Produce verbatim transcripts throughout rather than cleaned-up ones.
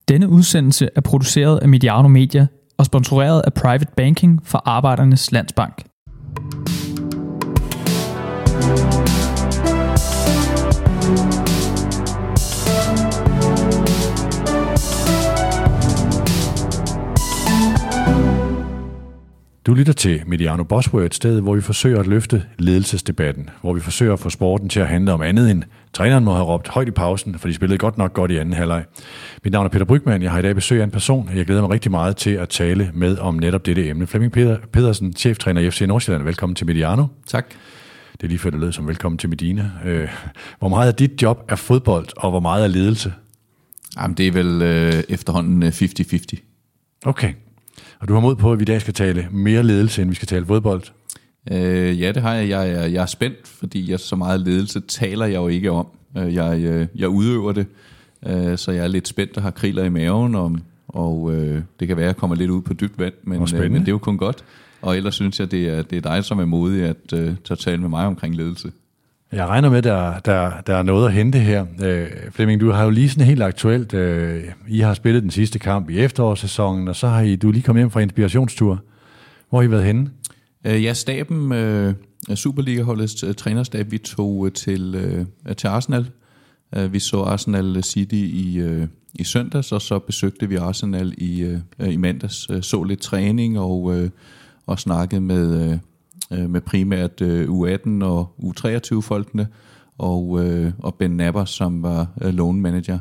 Denne udsendelse er produceret af Mediano Media og sponsoreret af Private Banking for Arbejdernes Landsbank. Du lytter til Mediano Buzzword, et sted, hvor vi forsøger at løfte ledelsesdebatten, hvor vi forsøger at få sporten til at handle om andet end træneren må have råbt højt i pausen, for de spillede godt nok godt i anden halvleg. Mit navn er Peter Brygmann, jeg har i dag besøg af en person, og jeg glæder mig rigtig meget til at tale med om netop dette emne. Flemming Pedersen, cheftræner i F C Nordsjælland. Velkommen til Mediano. Tak. Det er lige før det lød som velkommen til Medina. Hvor meget af dit job er fodbold, og hvor meget er ledelse? Jamen, det er vel øh, efterhånden halvtreds halvtreds. Okay. Og du har mod på, at vi i dag skal tale mere ledelse, end vi skal tale fodbold? Øh, ja, det har jeg. Jeg er, jeg er spændt, fordi jeg, så meget ledelse taler jeg jo ikke om. Jeg, jeg udøver det, så jeg er lidt spændt og har kriller i maven, og, og øh, det kan være, at jeg kommer lidt ud på dybt vand, men, øh, men det er jo kun godt. Og ellers synes jeg, det er, det er dig, som er modig at øh, tage tale med mig omkring ledelse. Jeg regner med, at der, der, der er noget at hente her. Øh, Flemming, du har jo lige sådan helt aktuelt, øh, I har spillet den sidste kamp i efterårssæsonen, og så har I, du lige kommet hjem fra inspirationstur. Hvor har I været henne? Øh, ja, staben, øh, Superliga-holdets øh, trænerstab, vi tog øh, til, øh, til Arsenal. Øh, vi så Arsenal City i, øh, i søndags, og så besøgte vi Arsenal i, øh, i mandags. Øh, så lidt træning og, øh, og snakkede med... Øh, med primært øh, U atten og U treogtyve-folkene, og, øh, og Ben Napper, som var øh, loan manager.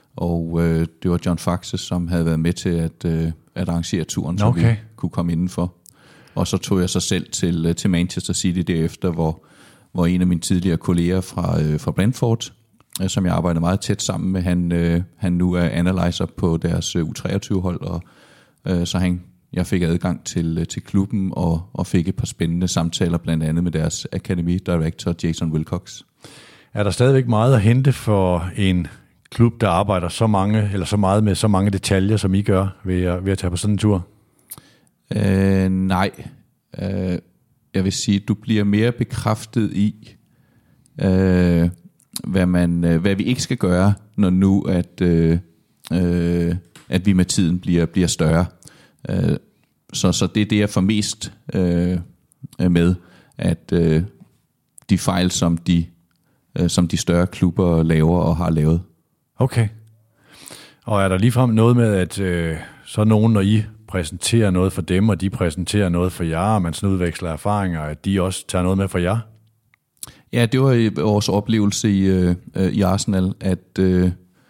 Og øh, det var John Faxe, som havde været med til at, øh, at arrangere turen, så okay. vi kunne komme indenfor. Og så tog jeg så selv til, til Manchester City derefter, hvor, hvor en af mine tidligere kolleger fra, øh, fra Brentford, øh, som jeg arbejdede meget tæt sammen med, han, øh, han nu er analyzer på deres øh, U treogtyve-hold, og øh, så han Jeg fik adgang til, til klubben og, og fik et par spændende samtaler, blandt andet med deres Academy Director, Jason Wilcox. Er der stadigvæk meget at hente for en klub, der arbejder så mange eller så meget med så mange detaljer, som I gør ved at, ved at tage på sådan en tur? Øh, nej. Øh, jeg vil sige, du bliver mere bekræftet i, øh, hvad, man, øh, hvad vi ikke skal gøre, når nu at, øh, øh, at vi med tiden bliver, bliver større. Så, så det er det, jeg får mest øh, med, at øh, de fejl, som de, øh, som de større klubber laver og har lavet. Okay. Og er der ligefrem noget med, at øh, så nogen, når I præsenterer noget for dem, og de præsenterer noget for jer, og man sådan udveksler erfaringer, at de også tager noget med for jer? Ja, det var vores oplevelse i, øh, i Arsenal, at øh,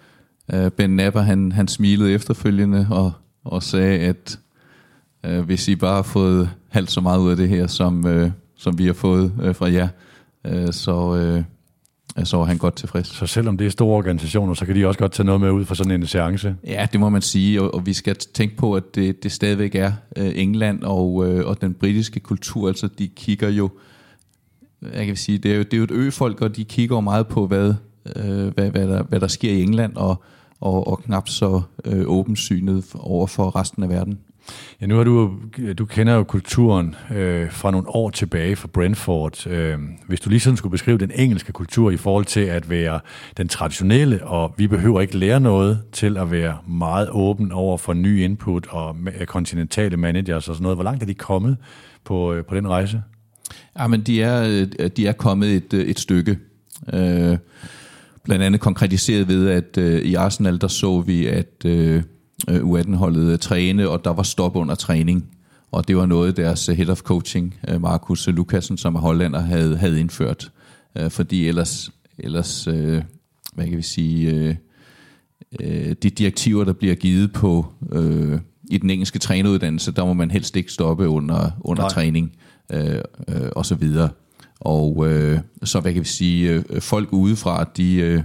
Ben Napper, han, han smilede efterfølgende og og sagde, at øh, hvis I bare har fået halvt så meget ud af det her, som, øh, som vi har fået øh, fra jer, øh, så, øh, så var han godt tilfreds. Så selvom det er store organisationer, så kan de også godt tage noget med ud fra sådan en seance? Ja, det må man sige, og, og vi skal tænke på, at det, det stadigvæk er øh, England og, øh, og den britiske kultur, altså de kigger jo, jeg kan sige, det er jo, det er jo et øfolk, og de kigger jo meget på, hvad, øh, hvad, hvad, der, hvad der sker i England, og Og, og knap så øh, åbensynet over for resten af verden. Ja, nu har du, du kender jo kulturen øh, fra nogle år tilbage fra Brentford. Øh, hvis du lige sådan skulle beskrive den engelske kultur i forhold til at være den traditionelle, og vi behøver ikke lære noget, til at være meget åben over for ny input og kontinentale managers og sådan noget. Hvor langt er de kommet på, øh, på den rejse? Ja, men de er, de er kommet et, et stykke. Øh, Blandt andet konkretiseret ved, at øh, i Arsenal, der så vi, at øh, U atten-holdet træne, og der var stop under træning. Og det var noget, deres head of coaching, øh, Markus Lucassen, som er hollander, havde, havde indført. Øh, fordi ellers, ellers øh, hvad kan vi sige, øh, øh, de direktiver, der bliver givet på øh, i den engelske træneruddannelse, der må man helst ikke stoppe under, under træning øh, øh, og så videre. Og øh, så hvad kan vi sige, øh, folk udefra, de, øh,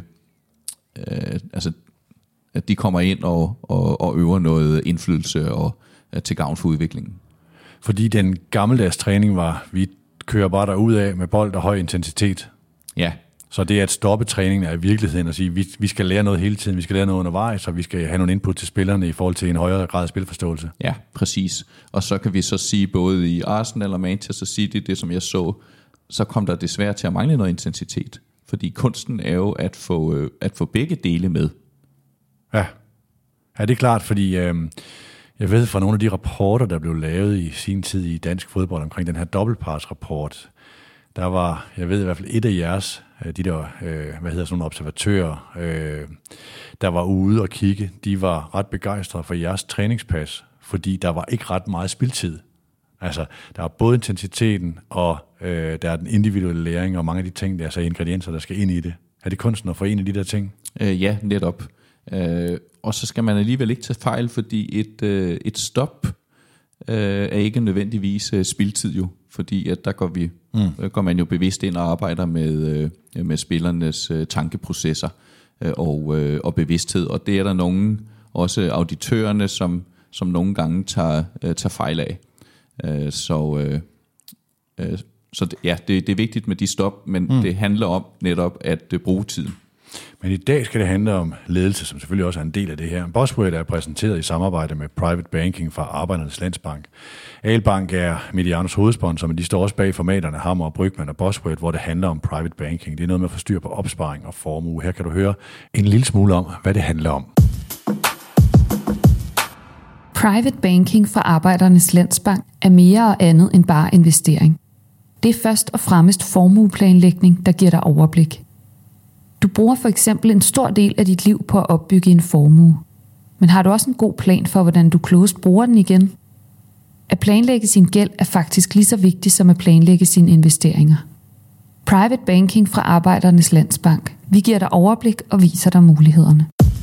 øh, altså, at de kommer ind og, og, og øver noget indflydelse og, øh, til gavn for udviklingen. Fordi den gammeldags træning var, vi kører bare derudad med bold og høj intensitet. Ja. Så det er at stoppe træningen er i virkeligheden at sige, vi, vi skal lære noget hele tiden, vi skal lære noget undervejs, og vi skal have nogle input til spillerne i forhold til en højere grad af spilforståelse. Ja, præcis. Og så kan vi så sige, både i Arsenal og Manchester City, det som jeg så, så kom der desværre til at mangle noget intensitet. Fordi kunsten er jo at få, øh, at få begge dele med. Ja. Ja, det er klart, fordi øh, jeg ved fra nogle af de rapporter, der blev lavet i sin tid i dansk fodbold omkring den her dobbeltpartsrapport, der var, jeg ved i hvert fald et af jeres, de der, øh, hvad hedder sådan nogle observatører, øh, der var ude og kigge, de var ret begejstrede for jeres træningspas, fordi der var ikke ret meget spildtid. Altså, der er både intensiteten, og øh, der er den individuelle læring, og mange af de ting, der er så ingredienser, der skal ind i det. Er det kunsten at forene de der ting? Øh, ja, netop. Øh, og så skal man alligevel ikke tage fejl, fordi et, øh, et stop øh, er ikke nødvendigvis øh, spildtid jo, fordi at der går, vi, mm. øh, går man jo bevidst ind og arbejder med, øh, med spillernes øh, tankeprocesser øh, og, øh, og bevidsthed, og det er der nogen, også auditørerne, som, som nogle gange tager, øh, tager fejl af. Øh, så øh, øh, så det, ja, det, det er vigtigt med de stop, men mm. det handler om netop at øh, bruge tiden. Men i dag skal det handle om ledelse, som selvfølgelig også er en del af det her. Bosworth er præsenteret i samarbejde med Private Banking fra Arbejdernes Landsbank. Albank er Medianos hovedsponsor, men de står også bag formaterne Hammer, Brygman og Bosworth, hvor det handler om Private Banking. Det er noget med at få styr på opsparing og formue. Her kan du høre en lille smule om, hvad det handler om. Private Banking fra Arbejdernes Landsbank er mere og andet end bare investering. Det er først og fremmest formueplanlægning, der giver dig overblik. Du bruger for eksempel en stor del af dit liv på at opbygge en formue. Men har du også en god plan for, hvordan du klogest bruger den igen? At planlægge sin gæld er faktisk lige så vigtigt som at planlægge sine investeringer. Private Banking fra Arbejdernes Landsbank. Vi giver dig overblik og viser dig mulighederne.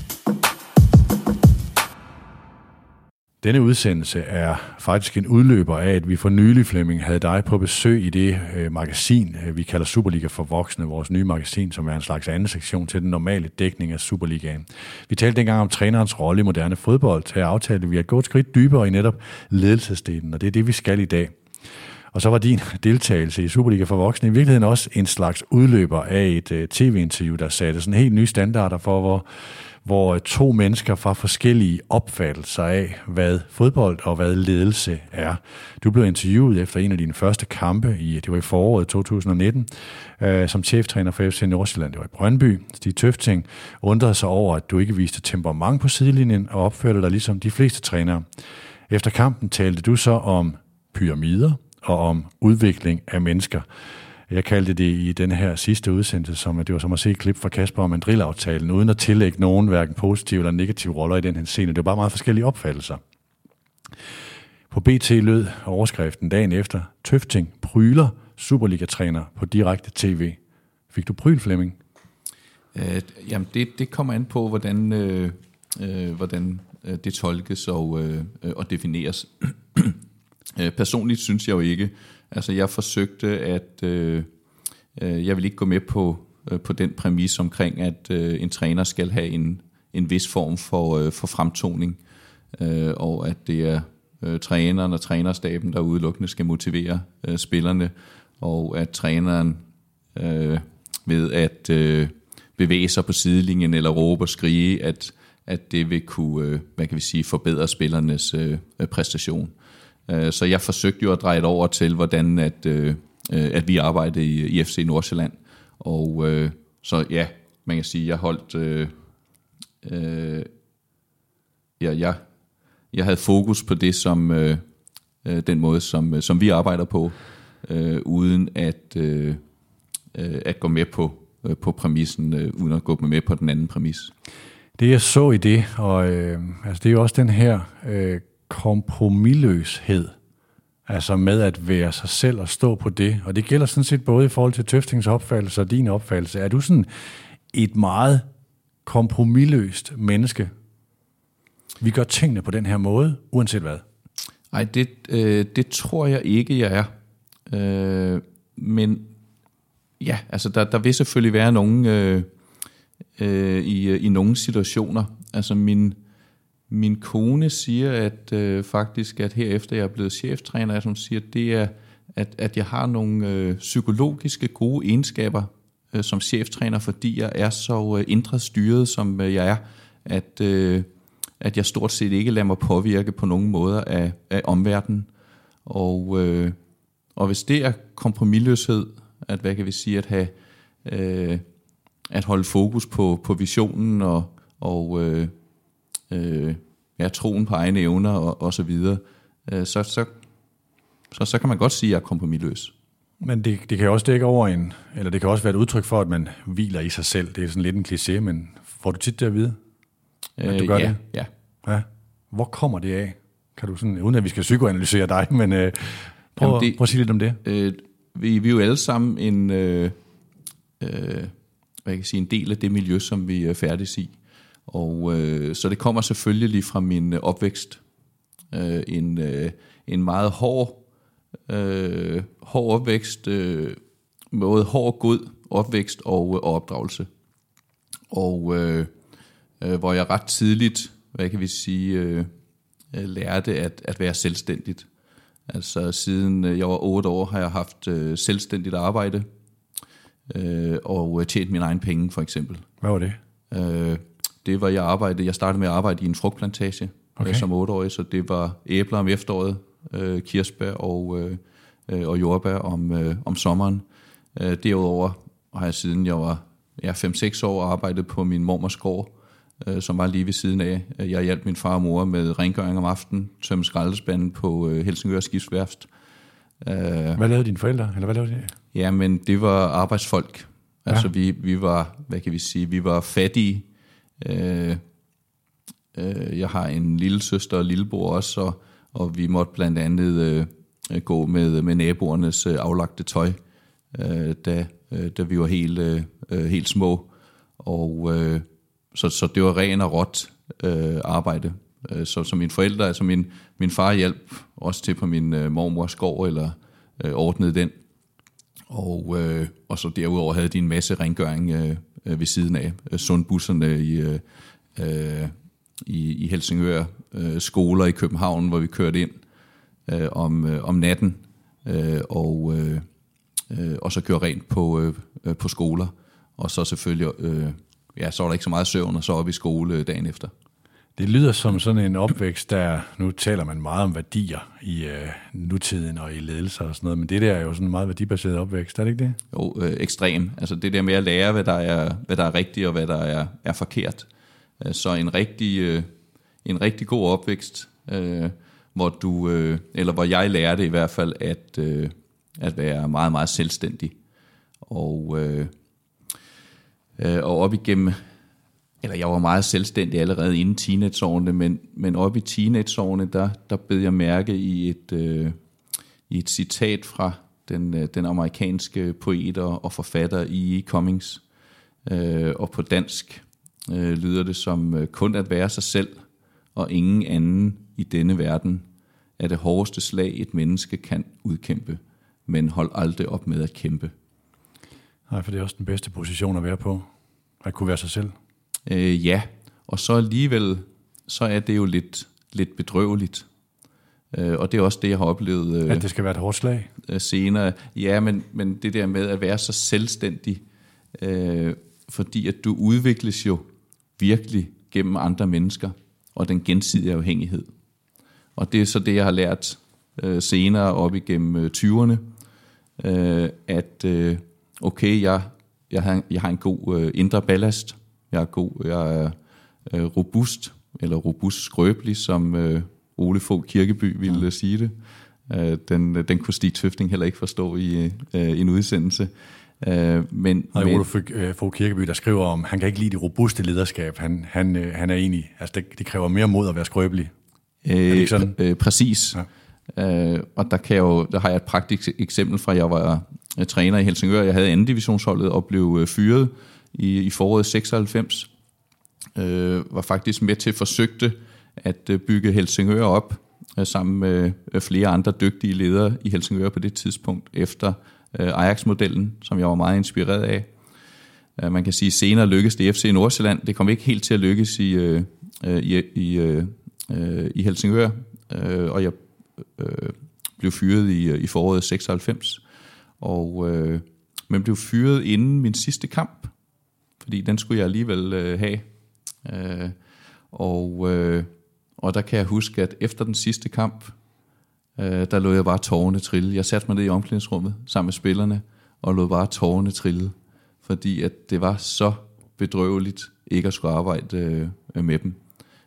Denne udsendelse er faktisk en udløber af, at vi for nylig, Flemming, havde dig på besøg i det øh, magasin, øh, vi kalder Superliga for Voksne, vores nye magasin, som er en slags anden sektion til den normale dækning af Superligaen. Vi talte dengang om trænerens rolle i moderne fodbold. Her aftalte vi at gå et skridt dybere i netop ledelsesdelen, og det er det, vi skal i dag. Og så var din deltagelse i Superliga for Voksne i virkeligheden også en slags udløber af et øh, tv-interview, der satte sådan helt nye standarder for, hvor hvor to mennesker fra forskellige opfattelser af, hvad fodbold og hvad ledelse er. Du blev interviewet efter en af dine første kampe, i, det var i foråret to tusind nitten, øh, som cheftræner for F C Nordsjælland. Det var i Brøndby. Stig Tøfting undrede sig over, at du ikke viste temperament på sidelinjen og opførte dig ligesom de fleste trænere. Efter kampen talte du så om pyramider og om udvikling af mennesker. Jeg kaldte det i den her sidste udsendelse, som at det var som at se et klip fra Kasper om en drillaftalen, uden at tillægge nogen hverken positive eller negative roller i den her scene. Det var bare meget forskellige opfattelser. På B T lød overskriften dagen efter: Tøfting pryler Superliga-træner på direkte tv. Fik du pryl, Flemming? Øh, jamen, det, det kommer an på, hvordan, øh, øh, hvordan øh, det tolkes og, øh, og defineres. Personligt synes jeg jo ikke. Altså, jeg forsøgte at øh, øh, jeg vil ikke gå med på øh, på den præmis omkring, at øh, en træner skal have en en vis form for øh, for fremtoning, øh, og at det er øh, træneren og trænerstaben, der udelukkende skal motivere øh, spillerne, og at træneren øh, ved at øh, bevæge sig på sidelinjen eller råbe og skrige, at at det vil kunne, øh, hvad kan vi sige, forbedre spillernes øh, præstation. Så jeg forsøgte jo at dreje det over til, hvordan at, øh, at vi arbejdede i, i F C Nordsjælland. Og øh, så ja, man kan sige, jeg holdt... Øh, øh, ja, jeg, jeg havde fokus på det, som øh, den måde, som, som vi arbejder på, øh, uden at, øh, at gå med på, øh, på præmissen, øh, uden at gå med på den anden præmis. Det jeg så i det, og øh, altså, det er jo også den her... Øh, kompromisløshed, altså med at være sig selv og stå på det, og det gælder sådan set både i forhold til Tøftings opfattelse og din opfattelse. Er du sådan et meget kompromisløst menneske? Vi gør tingene på den her måde, uanset hvad. Nej, det, øh, det tror jeg ikke, jeg er. Øh, men ja, altså der, der vil selvfølgelig være nogen øh, øh, i, i nogle situationer. Altså min Min kone siger, at øh, faktisk, at herefter jeg er blevet cheftræner, som siger, det er, at, at jeg har nogle øh, psykologiske gode egenskaber øh, som cheftræner, fordi jeg er så øh, indre styret, som øh, jeg er, at, øh, at jeg stort set ikke lader mig påvirke på nogen måder af, af omverdenen. Og, øh, og hvis det er kompromisløshed, at hvad kan vi sige, at have øh, at holde fokus på, på visionen og, og øh, Øh, ja, troen på egne evner og, og så videre, øh, så, så, så, så kan man godt sige, at jeg er kompromisløs. Men det, det kan jo også dække over en, eller det kan også være et udtryk for, at man hviler i sig selv. Det er sådan lidt en kliché, men får du tit det at vide, at du gør øh, ja, det? Ja. Ja. Hvor kommer det af? Kan du sådan, uden at vi skal psykoanalysere dig, men øh, prøv, Jamen det, prøv at sige lidt om det. Øh, vi, vi er jo alle sammen en, øh, øh, hvad jeg kan sige, en del af det miljø, som vi er færdige i. Og øh, så det kommer selvfølgelig lige fra min øh, opvækst. Øh, en, øh, en meget hård, øh, hård opvækst, øh, både hård, god opvækst og, og opdragelse. Og øh, øh, hvor jeg ret tidligt, hvad kan vi sige, øh, lærte at, at være selvstændigt. Altså siden jeg var otte år, har jeg haft øh, selvstændigt arbejde øh, og tjent mine egne penge, for eksempel. Hvad var det? Øh, det var jeg arbejdede. Jeg startede med at arbejde i en frugtplantage okay. øh, som otteårig, så det var æbler om efteråret, øh, kirsebær og, øh, og jordbær om, øh, om sommeren. Øh, derudover har jeg siden jeg var ja, fem seks år arbejdet på min mormors gård, øh, som var lige ved siden af. Jeg hjalp min far og mor med rengøring om aftenen, tømme skraldespanden på øh, Helsingør Skibsværft. Øh, hvad lavede dine forældre? Eller hvad lavede de? Ja, men det var arbejdsfolk. Ja. Altså vi, vi var, hvad kan vi sige, vi var fattige. Øh, øh, jeg har en lille søster og lillebror også, og, og vi måtte blandt andet øh, gå med, med naboernes øh, aflagte tøj, øh, da, øh, da vi var helt, øh, helt små. Og øh, så, så det var ren og råt øh, arbejde. Så, så mine forældre, altså min, min far hjalp også til på min øh, mormors gård, eller øh, ordnede den. Og, øh, og så derudover havde de en masse rengøring øh, ved siden af. Sundbusserne i, øh, i, i Helsingør, øh, skoler i København, hvor vi kørte ind øh, om, øh, om natten, øh, og, øh, og så kørte rent på, øh, på skoler. Og så selvfølgelig, øh, ja, så var der ikke så meget søvn, og så op i skole dagen efter. Det lyder som sådan en opvækst, der, nu taler man meget om værdier i øh, nutiden og i ledelser og sådan noget, men det der er jo sådan en meget værdibaseret opvækst, er det ikke det? Jo, øh, ekstrem. Altså det der med at lære, hvad der er, hvad der er rigtigt og hvad der er, er forkert. Så en rigtig, øh, en rigtig god opvækst, øh, hvor du, øh, eller hvor jeg lærte i hvert fald, at, øh, at være meget, meget selvstændig. Og, øh, øh, og op igennem, eller jeg var meget selvstændig allerede inden teenageårene, men, men op i teenageårene, der, der bed jeg mærke i et, øh, i et citat fra den, den amerikanske poet og forfatter E E. Cummings. Øh, og på dansk øh, lyder det som, kun at være sig selv og ingen anden i denne verden er det hårdeste slag, et menneske kan udkæmpe, men hold aldrig op med at kæmpe. Nej, for det er også den bedste position at være på, at kunne være sig selv. Øh, ja, og så alligevel, så er det jo lidt, lidt bedrøveligt. Øh, og det er også det, jeg har oplevet. Øh, at det skal være et hårdt slag? Øh, senere. Ja, men, men det der med at være så selvstændig, øh, fordi at du udvikles jo virkelig gennem andre mennesker, og den gensidige afhængighed. Og det er så det, jeg har lært øh, senere op igennem øh, tyverne, øh, at øh, okay, jeg, jeg, har, jeg har en god øh, indre ballast, jeg er god, jeg er øh, robust, eller robust skrøbelig, som øh, Ole Fogh Kirkeby ville ja. sige det. Øh, den, den kunne Stig Tøfting heller ikke forstå i øh, en udsendelse. Øh, men, og men, Ole Fogh Kirkeby, der skriver om, han kan ikke lide det robuste lederskab. Han, han, øh, han er enig. Altså, det, det kræver mere mod at være skrøbelig. Øh, er det ikke sådan? Øh, præcis. Ja. Øh, og der, kan jeg jo, der har jeg et praktisk eksempel fra, jeg var øh, træner i Helsingør. Jeg havde anden divisionsholdet og blev øh, fyret i, i foråret seksoghalvfems. Øh, var faktisk med til at forsøgte at øh, bygge Helsingør op øh, sammen med øh, flere andre dygtige ledere i Helsingør på det tidspunkt, efter øh, Ajax-modellen, som jeg var meget inspireret af. Øh, man kan sige, senere lykkedes det F C Nordsjælland. Det kom ikke helt til at lykkes i, øh, i, i, øh, i Helsingør, øh, og jeg øh, blev fyret i, i foråret seksoghalvfems. Og, øh, men blev fyret inden min sidste kamp, fordi den skulle jeg alligevel øh, have. Øh, og, øh, og der kan jeg huske, at efter den sidste kamp, øh, der lå jeg bare tårerne trille. Jeg satte mig ned i omklædningsrummet sammen med spillerne, og lå bare tårerne trille, fordi at det var så bedrøveligt ikke at skulle arbejde øh, med dem.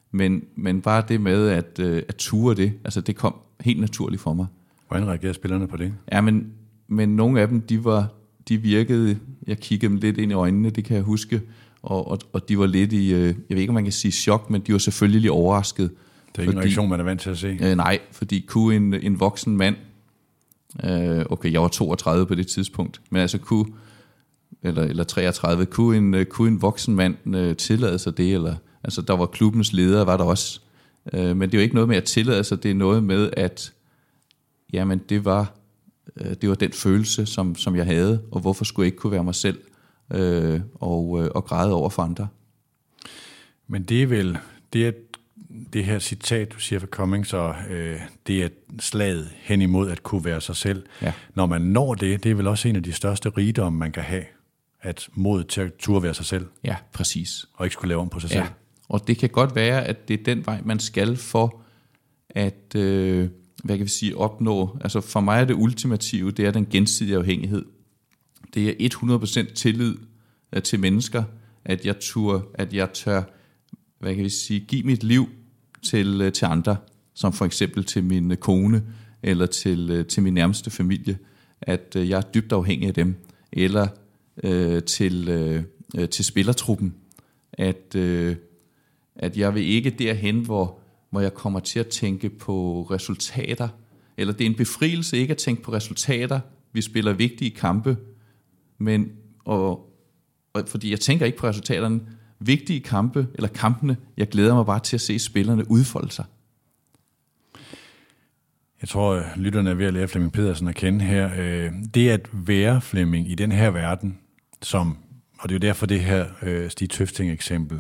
Men, men bare det med at, øh, at ture det, altså det kom helt naturligt for mig. Hvordan reagerede spillerne på det? Ja, men, men nogle af dem, de, var, de virkede, jeg kiggede dem lidt ind i øjnene, det kan jeg huske, og, og, og de var lidt i, øh, jeg ved ikke, om man kan sige chok, men de var selvfølgelig lidt overrasket. Det er ikke en reaktion, man er vant til at se. Øh, nej, fordi kunne en, en voksen mand, øh, okay, jeg var toogtredive på det tidspunkt, men altså kunne, eller, eller treogtredive, kunne en, kunne en voksen mand øh, tillade sig det, eller, altså der var klubbens leder, var der også. Øh, men det er jo ikke noget med at tillade sig, det er noget med, at jamen, det var, øh, det var den følelse, som, som jeg havde, og hvorfor skulle jeg ikke kunne være mig selv, øh, og, øh, og græde over for andre. Men det er vel, det er det her citat, du siger fra Cummings, og øh, det er slaget hen imod at kunne være sig selv. Ja. Når man når det, det er vel også en af de største rigdomme, man kan have, at mod til at turde være sig selv. Ja, præcis. Og ikke skulle lave om på sig Ja. selv. Og det kan godt være, at det er den vej, man skal for at, øh, hvad kan vi sige, opnå. Altså for mig er det ultimative, det er den gensidige afhængighed. Det er hundrede procent tillid øh, til mennesker, at jeg tør, at jeg tør, hvad kan vi sige, give mit liv til, øh, til andre, som for eksempel til min kone, eller til, øh, til min nærmeste familie, at øh, jeg er dybt afhængig af dem, eller øh, til, øh, til spillertruppen, at, øh, at jeg vil ikke derhen, hvor, hvor jeg kommer til at tænke på resultater, eller det er en befrielse ikke at tænke på resultater. Vi spiller vigtige kampe, men og, og fordi jeg tænker ikke på resultaterne, vigtige kampe, eller kampene, jeg glæder mig bare til at se spillerne udfolde sig. Jeg tror, lytterne er ved at lære Flemming Pedersen at kende her. Det at være Flemming i den her verden, som, og det er jo derfor det her Stig Tøfting-eksempel,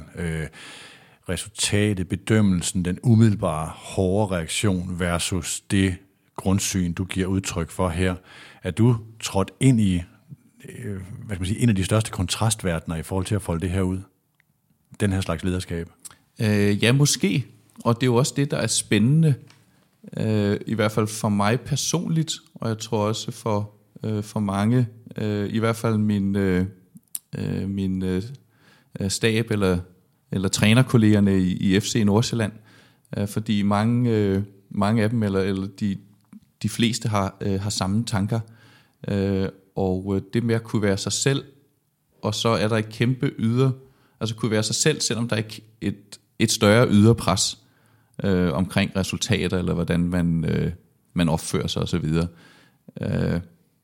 resultatet, bedømmelsen, den umiddelbare hårde reaktion versus det grundsyn, du giver udtryk for her, at du trådt ind i hvad skal man sige, en af de største kontrastverdener i forhold til at folde det her ud. Den her slags lederskab. Øh, ja, måske. Og det er jo også det, der er spændende, øh, i hvert fald for mig personligt, og jeg tror også for, øh, for mange, øh, i hvert fald min, øh, min øh, stab eller, eller trænerkollegerne i, i F C Nordsjælland, øh, fordi mange, øh, mange af dem, eller, eller de, de fleste har, øh, har samme tanker, øh, og det med at kunne være sig selv, og så er der et kæmpe yder, altså kunne være sig selv, selvom der er et, et større yderpres øh, omkring resultater, eller hvordan man, øh, man opfører sig osv. Øh,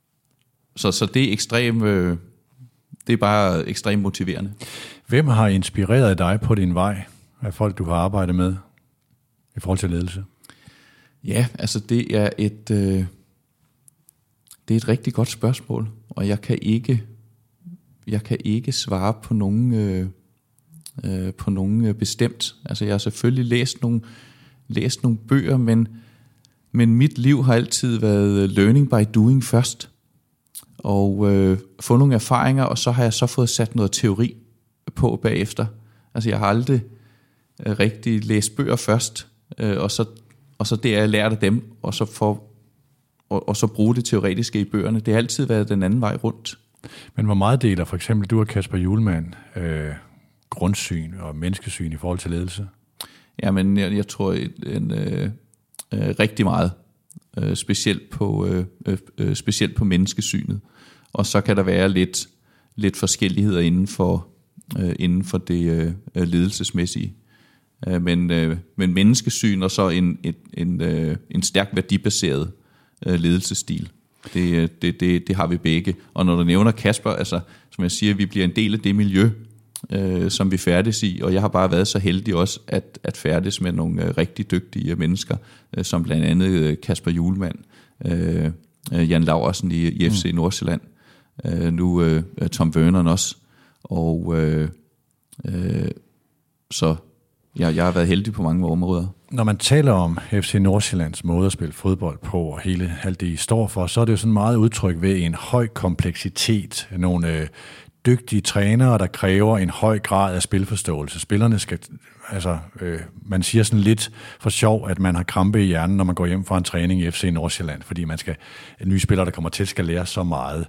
så, så det er ekstremt, øh, det er bare ekstremt motiverende. Hvem har inspireret dig på din vej af folk, du har arbejdet med i forhold til ledelse? Ja, altså det er et, øh, det er et rigtig godt spørgsmål, og jeg kan ikke, jeg kan ikke svare på nogen, øh, øh, på nogen bestemt. Altså jeg har selvfølgelig læst nogle, læst nogle bøger, men, men mit liv har altid været learning by doing først, og øh, få nogle erfaringer, og så har jeg så fået sat noget teori på bagefter. Altså jeg har aldrig øh, rigtig læst bøger først, øh, og så og så det er jeg lært af dem, og så for og, og så bruge det teoretiske i bøgerne. Det har altid været den anden vej rundt. Men hvor meget deler for eksempel du og Kasper Hjulmand øh, grundsyn og menneskesyn i forhold til ledelse? Jamen, jeg, jeg tror en, en, øh, øh, rigtig meget, øh, specielt på øh, øh, specielt på menneskesynet. Og så kan der være lidt lidt forskelligheder inden for øh, inden for det øh, ledelsesmæssige. Øh, men øh, men menneskesyn og så en et, en øh, en stærk værdibaseret øh, ledelsesstil. Det, det, det, det har vi begge. Og når du nævner Kasper, altså, som jeg siger, vi bliver en del af det miljø, øh, som vi færdes i, og jeg har bare været så heldig også, at, at færdes med nogle øh, rigtig dygtige mennesker, øh, som blandt andet øh, Kasper Hjulmand, øh, Jan Laursen i, i F C Nordsjælland, øh, nu øh, Tom Vernon også, og øh, øh, så jeg, jeg har været heldig på mange områder. Når man taler om F C Nordsjællands måde at spille fodbold på, og hele alt det, I står for, så er det jo sådan meget udtryk ved en høj kompleksitet, nogle øh, dygtige trænere, der kræver en høj grad af spilforståelse. Spillerne skal, altså, øh, man siger sådan lidt for sjov, at man har krampe i hjernen, når man går hjem fra en træning i F C Nordsjælland, fordi man skal, nye spillere, der kommer til, skal lære så meget.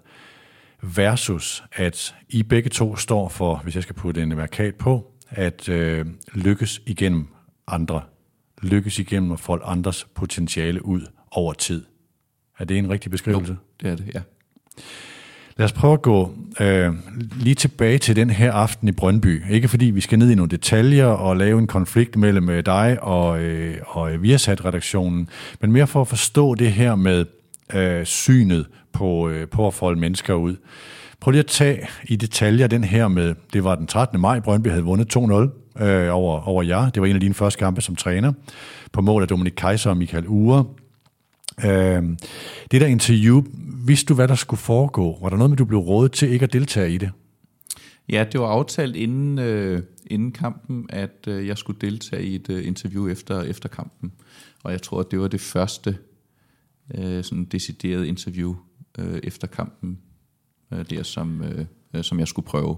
Versus, at I begge to står for, hvis jeg skal putte en markat på, at øh, lykkes igennem andre, lykkes igennem at folde andres potentiale ud over tid. Er det en rigtig beskrivelse? Jo, det er det, ja. Lad os prøve at gå øh, lige tilbage til den her aften i Brøndby. Ikke fordi vi skal ned i nogle detaljer og lave en konflikt mellem dig og, øh, og Viasat-redaktionen, men mere for at forstå det her med øh, synet på, øh, på at folde mennesker ud. Prøv lige at tage i detaljer den her med, det var den trettende maj, Brøndby havde vundet to nul øh, over, over jer. Det var en af dine første kampe som træner, på mål af Dominik Kaiser og Michael Uhre. Øh, det der interview, vidste du, hvad der skulle foregå? Var der noget med, du blev rådet til ikke at deltage i det? Ja, det var aftalt inden, øh, inden kampen, at øh, jeg skulle deltage i et øh, interview efter, efter kampen. Og jeg tror, at det var det første øh, sådan deciderede interview øh, efter kampen, øh, der som, øh, som jeg skulle prøve.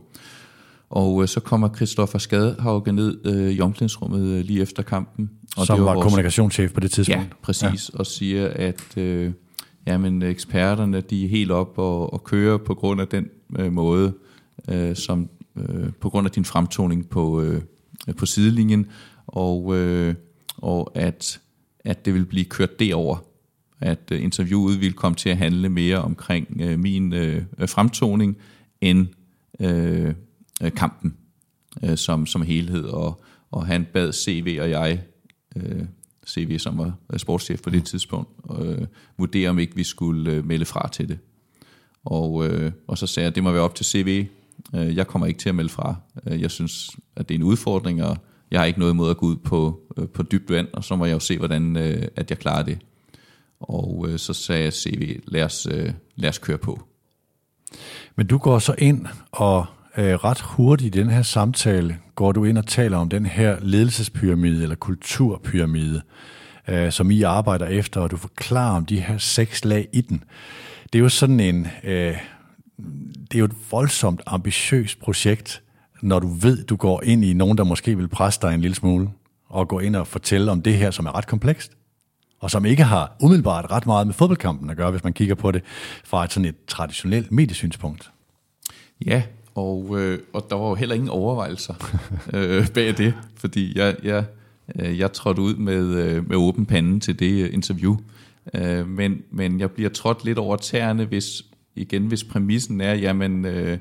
Og øh, så kommer Christoffer Skadhauge ned øh, i omklædningsrummet øh, lige efter kampen. Og som det var, var vores kommunikationschef på det tidspunkt. Ja, præcis. Ja. Og siger, at øh, jamen, eksperterne de er helt op og, og kører på grund af den øh, måde, øh, som øh, på grund af din fremtoning på, øh, på sidelinjen, og, øh, og at, at det vil blive kørt derover. At øh, interviewet vil komme til at handle mere omkring øh, min øh, fremtoning end øh, kampen øh, som, som helhed. Og, og han bad C V og jeg, øh, C V som var sportschef på det tidspunkt, øh, vurdere om ikke vi skulle øh, melde fra til det. Og, øh, og så sagde jeg, at det må være op til C V. Øh, jeg kommer ikke til at melde fra. Øh, jeg synes, at det er en udfordring, og jeg har ikke noget imod at gå ud på, øh, på dybt vand, og så må jeg jo se, hvordan øh, at jeg klarer det. Og øh, så sagde jeg, C V, lad os, øh, lad os køre på. Men du går så ind, og øh, ret hurtigt i den her samtale, går du ind og taler om den her ledelsespyramide, eller kulturpyramide, øh, som I arbejder efter, og du forklarer om de her seks lag i den. Det er jo sådan en, øh, det er jo et voldsomt ambitiøst projekt, når du ved, du går ind i nogen, der måske vil presse dig en lille smule, og går ind og fortælle om det her, som er ret komplekst, og som ikke har umiddelbart ret meget med fodboldkampen at gøre, hvis man kigger på det fra et sådan et traditionelt mediesynspunkt. Ja, og, øh, og der var jo heller ingen overvejelser øh, bag det, fordi jeg, jeg, øh, jeg trådte ud med, øh, med åben pande til det interview. Øh, men, men jeg bliver trådt lidt over tæerne, hvis, igen, hvis præmissen er, jamen, øh,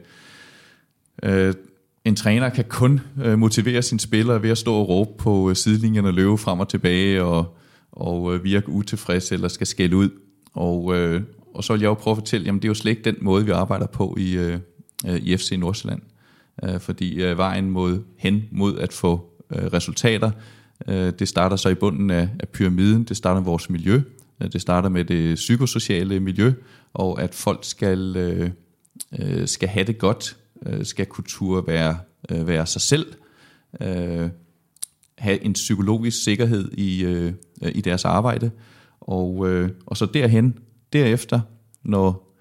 øh, en træner kan kun øh, motivere sine spillere ved at stå og råbe på øh, sidelinjen og løbe frem og tilbage, og og øh, virke utilfreds eller skal skælde ud. Og, øh, og så vil jeg jo prøve at fortælle, jamen det er jo slet ikke den måde, vi arbejder på i, øh, i F C Nordsjælland. Øh, fordi øh, vejen mod, hen mod at få øh, resultater, øh, det starter så i bunden af, af pyramiden, det starter med vores miljø, øh, det starter med det psykosociale miljø, og at folk skal, øh, øh, skal have det godt, øh, skal kunne turde være, øh, være sig selv, øh, have en psykologisk sikkerhed i, øh, i deres arbejde, og, øh, og så derhen, derefter, når,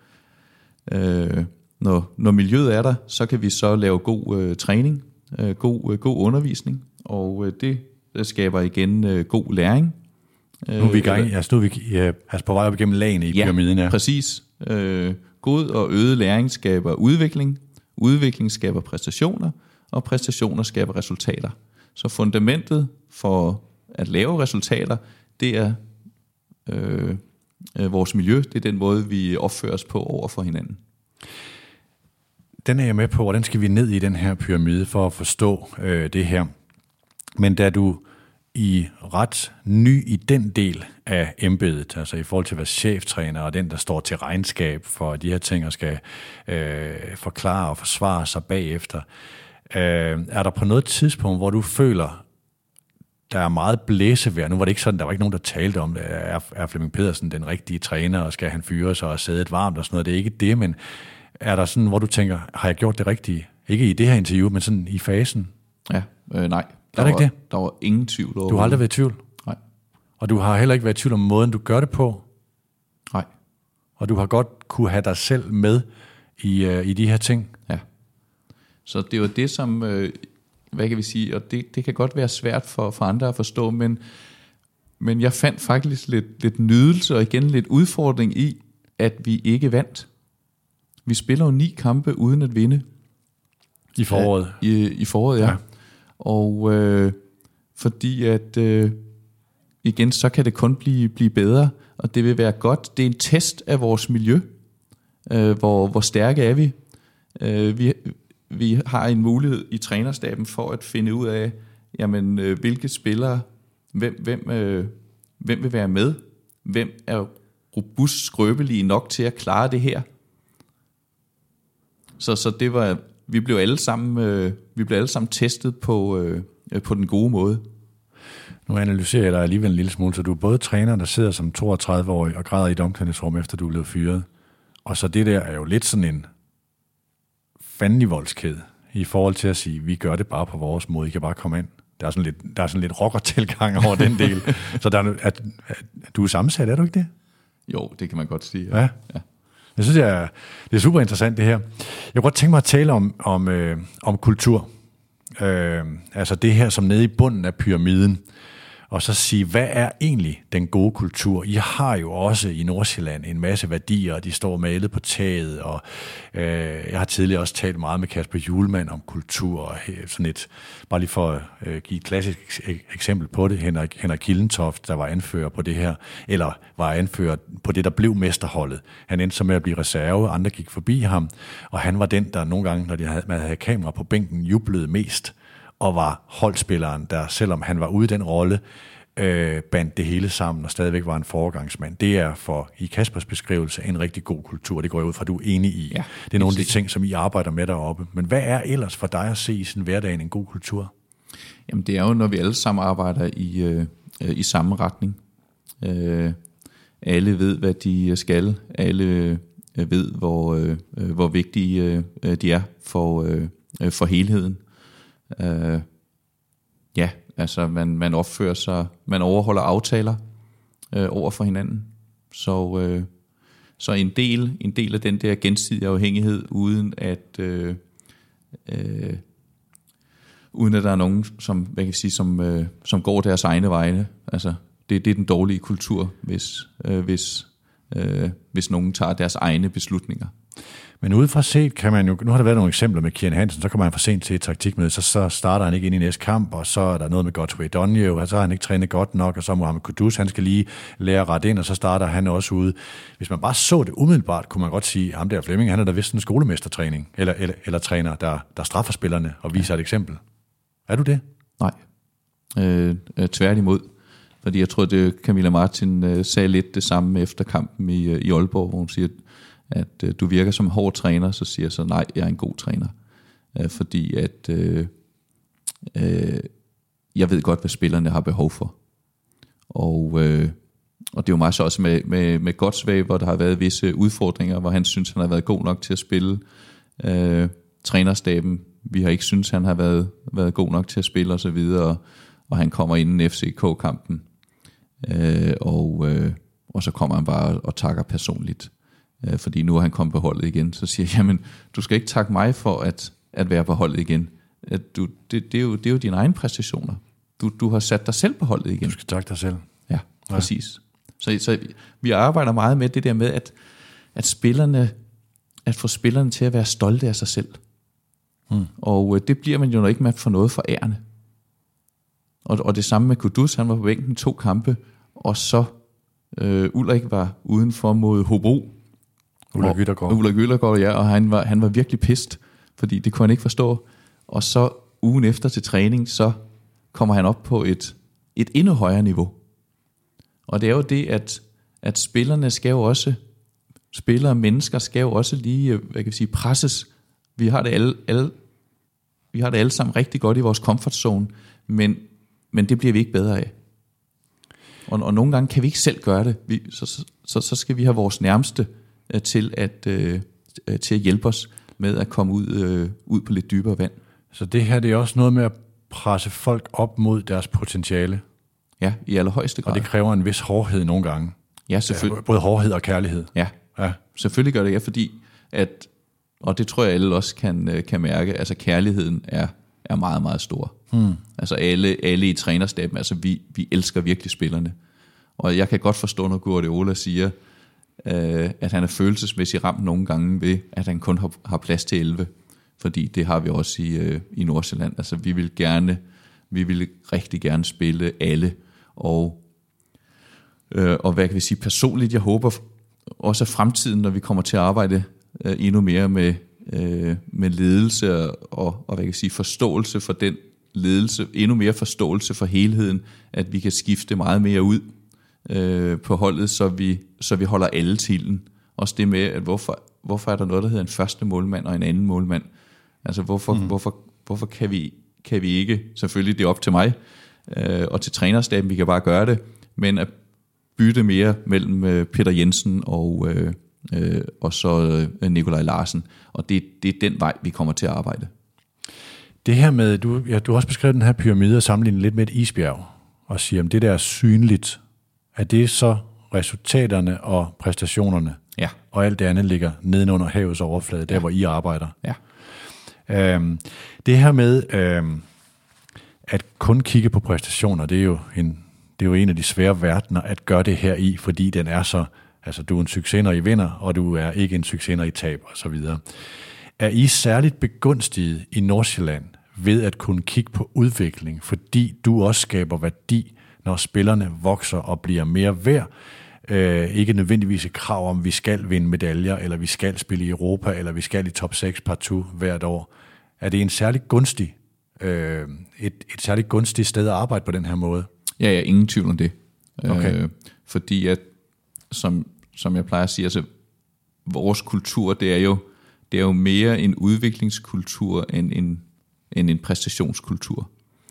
øh, når, når miljøet er der, så kan vi så lave god øh, træning, øh, god, øh, god undervisning, og øh, det skaber igen øh, god læring. Nu er vi i gang, jeg stod vi, ja, altså på vej op igennem lagene i ja, pyramiden. Ja, præcis. Øh, god og øget læring skaber udvikling, udvikling skaber præstationer, og præstationer skaber resultater. Så fundamentet for at lave resultater, det er øh, øh, vores miljø, det er den måde, vi opfører os på over for hinanden. Den er jeg med på, hvordan skal vi ned i den her pyramide for at forstå øh, det her. Men da du i ret ny i den del af embedet, altså i forhold til at være cheftræner og den, der står til regnskab for de her ting og skal øh, forklare og forsvare sig bagefter, øh, er der på noget tidspunkt, hvor du føler, der er meget blæsevejr? Nu var det ikke sådan, der var ikke nogen, der talte om det. Er, er Flemming Pedersen den rigtige træner, og skal han fyre sig og sædet varmt og sådan noget? Det er ikke det, men er der sådan, hvor du tænker, har jeg gjort det rigtige? Ikke i det her interview, men sådan i fasen? Ja, øh, nej. Der er det ikke det? Der var ingen tvivl over. Du har aldrig været i tvivl? Nej. Og du har heller ikke været i tvivl om måden, du gør det på? Nej. Og du har godt kunne have dig selv med i, uh, i de her ting? Ja. Så det var det, som, øh, hvad kan vi sige, og det, det kan godt være svært for, for andre at forstå, men, men jeg fandt faktisk lidt, lidt nydelse og igen lidt udfordring i, at vi ikke vandt. Vi spiller jo ni kampe uden at vinde. I foråret? I, i foråret, ja. ja. Og, øh, fordi at øh, igen, så kan det kun blive, blive bedre, og det vil være godt. Det er en test af vores miljø, øh, hvor, hvor stærke er vi. Øh, vi. Vi har en mulighed i trænerstaben for at finde ud af, jamen, øh, hvilke spillere, hvem, hvem, øh, hvem vil være med, hvem er robust skrøbelige nok til at klare det her. Så, så det var, vi blev alle sammen, øh, vi blev alle sammen testet på, øh, på den gode måde. Nu analyserer jeg dig alligevel en lille smule, så du er både træner, der sidder som toogtredive-årig og græder i et omklædningsrum, efter du er blevet fyret. Og så det der er jo lidt sådan en fandelig voldskæde i forhold til at sige, vi gør det bare på vores måde, I kan bare komme ind. Der er sådan lidt, der er sådan lidt rocker-tilgang over den del. Så der er, at, at, du er sammensat, er du ikke det? Jo, det kan man godt sige. Ja. ja. Jeg synes, det er, det er super interessant det her. Jeg kunne godt tænke mig at tale om, om, øh, om kultur. Øh, altså det her som nede i bunden af pyramiden. Og så sige, hvad er egentlig den gode kultur? I har jo også i Nordsjælland en masse værdier, og de står malet på taget, og øh, jeg har tidligere også talt meget med Kasper Hjulmand om kultur, og sådan et, bare lige for at øh, give et klassisk eksempel på det, Henrik, Henrik Kildentoft, der var anfører på det her, eller var anfører på det, der blev mesterholdet. Han endte så med at blive reserve, andre gik forbi ham, og han var den, der nogle gange, når de havde, man havde kamera på bænken, jublede mest, og var holdspilleren, der selvom han var ude i den rolle, øh, bandt det hele sammen og stadigvæk var en foregangsmand. Det er for i Kaspers beskrivelse en rigtig god kultur. Det går jeg ud fra, at du er enig i. Ja, det er nogle af de ting, som I arbejder med deroppe. Men hvad er ellers for dig at se i sin hverdag en god kultur? Jamen det er jo, når vi alle sammen arbejder i, øh, i samme retning. Øh, alle ved, hvad de skal. Alle øh, ved, hvor, øh, hvor vigtige øh, de er for, øh, for helheden. Uh, ja, altså man, man opfører sig, man overholder aftaler uh, over for hinanden. Så, uh, så en del, en del af den der gensidige afhængighed, uden at, uh, uh, uden at der er nogen, som, hvad kan jeg sige, som, uh, som går deres egne vegne. Altså det, det er den dårlige kultur, hvis, uh, hvis, uh, hvis nogen tager deres egne beslutninger. Men udefra set kan man jo, nu har der været nogle eksempler med Kian Hansen, så kommer han for sent til et taktikmøde, så, så starter han ikke ind i næste kamp, og så er der noget med Godfrey Donje, og så har han ikke trænet godt nok, og så Mohamed Kudus, han skal lige lære at rette ind, og så starter han også ude. Hvis man bare så det umiddelbart, kunne man godt sige, ham der Flemming, han er da vist en skolemestertræning, eller, eller, eller træner, der, der straffer spillerne og viser et eksempel. Er du det? Nej, øh, øh, tværtimod. Fordi jeg tror, det Camilla Martin øh, sagde lidt det samme efter kampen i, øh, i Aalborg, hvor hun siger, at øh, du virker som en hård træner, så siger jeg så, nej, jeg er en god træner. Øh, fordi at øh, øh, jeg ved godt, hvad spillerne har behov for. Og, øh, og det er jo meget så også med, med, med Godsvag, hvor der har været visse udfordringer, hvor han synes, han har været god nok til at spille. Øh, trænerstaben, vi har ikke synes, han har været, været god nok til at spille osv., og, og han kommer inden F C K-kampen. Øh, og, øh, og så kommer han bare og takker personligt. Fordi nu er han kommet på holdet igen. Så siger jeg, jamen, du skal ikke takke mig for at, at være på holdet igen. At du, det, det, er jo, det er jo dine egne præstationer. Du, du har sat dig selv på holdet igen. Du skal takke dig selv. Ja, ja. Præcis. Så, så vi arbejder meget med det der med, at, at spillerne, at få spillerne til at være stolte af sig selv. Hmm. Og det bliver man jo nok ikke med for noget forærende. Og, og det samme med Kudus, han var på bænken to kampe, og så øh, Ulrik var udenfor mod Hobro. Ulrik Yttergaard. Ulrik Yttergaard, ja, og han var, han var virkelig pist, fordi det kunne han ikke forstå. Og så ugen efter til træning, så kommer han op på et, et endnu højere niveau. Og det er jo det, at, at spillerne skal jo også, spillere og mennesker skal jo også lige, hvad kan vi sige, presses. Vi har det alle, alle, vi har det alle sammen rigtig godt i vores comfort zone, men, men det bliver vi ikke bedre af. Og, og nogle gange kan vi ikke selv gøre det. Vi, så, så, så skal vi have vores nærmeste til at, øh, til at hjælpe os med at komme ud, øh, ud på lidt dybere vand. Så det her, det er også noget med at presse folk op mod deres potentiale? Ja, i allerhøjeste grad. Og det kræver en vis hårdhed nogle gange? Ja, selvfølgelig. Både hårdhed og kærlighed? Ja, ja. Selvfølgelig gør det, ja, fordi at, og det tror jeg alle også kan, kan mærke, altså kærligheden er, er meget, meget stor. Hmm. Altså alle, alle i trænerstaben, altså vi, vi elsker virkelig spillerne. Og jeg kan godt forstå, når Guardiola siger, at han er følelsesmæssigt ramt nogle gange ved, at han kun har, har plads til elleve. Fordi det har vi også i, i Nordsjælland. Altså vi vil gerne vi ville rigtig gerne spille alle, og, øh, og hvad kan vi sige, personligt, jeg håber også af fremtiden, når vi kommer til at arbejde øh, endnu mere med, øh, med ledelse og, og hvad kan jeg sige, forståelse for den ledelse, endnu mere forståelse for helheden, at vi kan skifte meget mere ud øh, på holdet, så vi, så vi holder alle til den. Også det med, at hvorfor, hvorfor er der noget, der hedder en første målmand og en anden målmand? Altså hvorfor, mm. hvorfor, hvorfor kan, vi, kan vi ikke, selvfølgelig det er op til mig øh, og til trænerstaben, vi kan bare gøre det, men at bytte mere mellem øh, Peter Jensen og, øh, øh, og så øh, Nikolaj Larsen, og det, det er den vej, vi kommer til at arbejde. Det her med, du, ja, du har også beskrevet den her pyramide og sammenlignet lidt med et isbjerg, og siger, om det der er synligt, er det så resultaterne og præstationerne, ja. og alt det andet ligger nedenunder havets overflade, der ja. hvor I arbejder. Ja. Øhm, det her med øhm, at kun kigge på præstationer, det er jo en, det er jo en af de svære verdener at gøre det her i, fordi den er så, altså du er en succes, når I vinder, og du er ikke en succes, når I taber, og så videre. Er I særligt begunstiget i Nordsjælland ved at kunne kigge på udvikling, fordi du også skaber værdi, når spillerne vokser og bliver mere værd? Øh, ikke nødvendigvis et krav om, vi skal vinde medaljer, eller vi skal spille i Europa, eller vi skal i top seks partout hvert år. Er det en særlig gunstig, øh, et, et særligt gunstigt sted at arbejde på den her måde? Ja, ja, ingen tvivl om det. Okay. Øh, fordi at, som, som jeg plejer at sige, altså vores kultur, det er jo, det er jo mere en udviklingskultur end en, end en præstationskultur.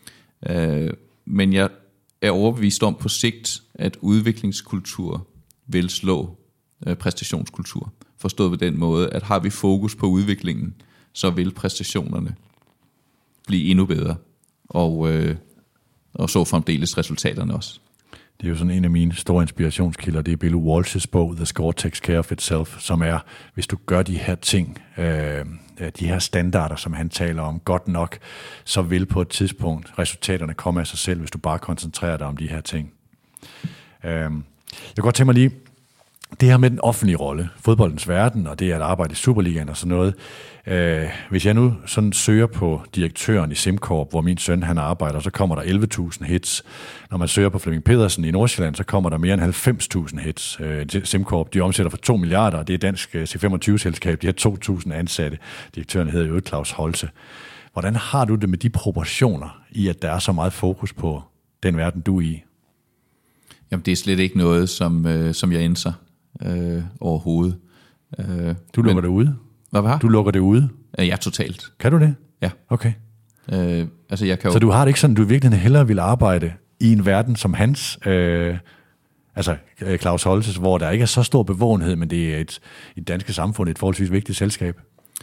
Øh, men jeg er overbevist om på sigt, at udviklingskultur vil slå øh, præstationskultur. Forstået på den måde, at har vi fokus på udviklingen, så vil præstationerne blive endnu bedre, og, øh, og så fremdeles resultaterne også. Det er jo sådan en af mine store inspirationskilder, det er Bill Walsh's bog, The Score Takes Care of Itself, som er, hvis du gør de her ting, øh, de her standarder, som han taler om, godt nok, så vil på et tidspunkt resultaterne komme af sig selv, hvis du bare koncentrerer dig om de her ting. Øh, jeg kan godt tænke mig lige, det her med den offentlige rolle, fodboldens verden, og det at arbejde i Superligaen og sådan noget. Øh, hvis jeg nu sådan søger på direktøren i SimCorp, hvor min søn han arbejder, så kommer der elleve tusind hits. Når man søger på Flemming Pedersen i Nordsjælland, så kommer der mere end halvfems tusind hits. Øh, SimCorp, de omsætter for to milliarder, og det er dansk C femogtyve-selskab, de har to tusind ansatte. Direktøren hedder jo Claus Holse. Hvordan har du det med de proportioner i, at der er så meget fokus på den verden, du er i? Jamen, det er slet ikke noget, som, øh, som jeg indser. Øh, overhovedet. Øh, du lukker men, det ude? Hvad var? Du lukker det ude? Øh, ja, totalt. Kan du det? Ja. Okay. Øh, altså jeg kan jo... Så du har det ikke sådan, du virkelig hellere vil arbejde i en verden som hans, øh, altså Claus Holses, hvor der ikke er så stor bevågenhed, men det er et, i det danske samfund et forholdsvis vigtigt selskab?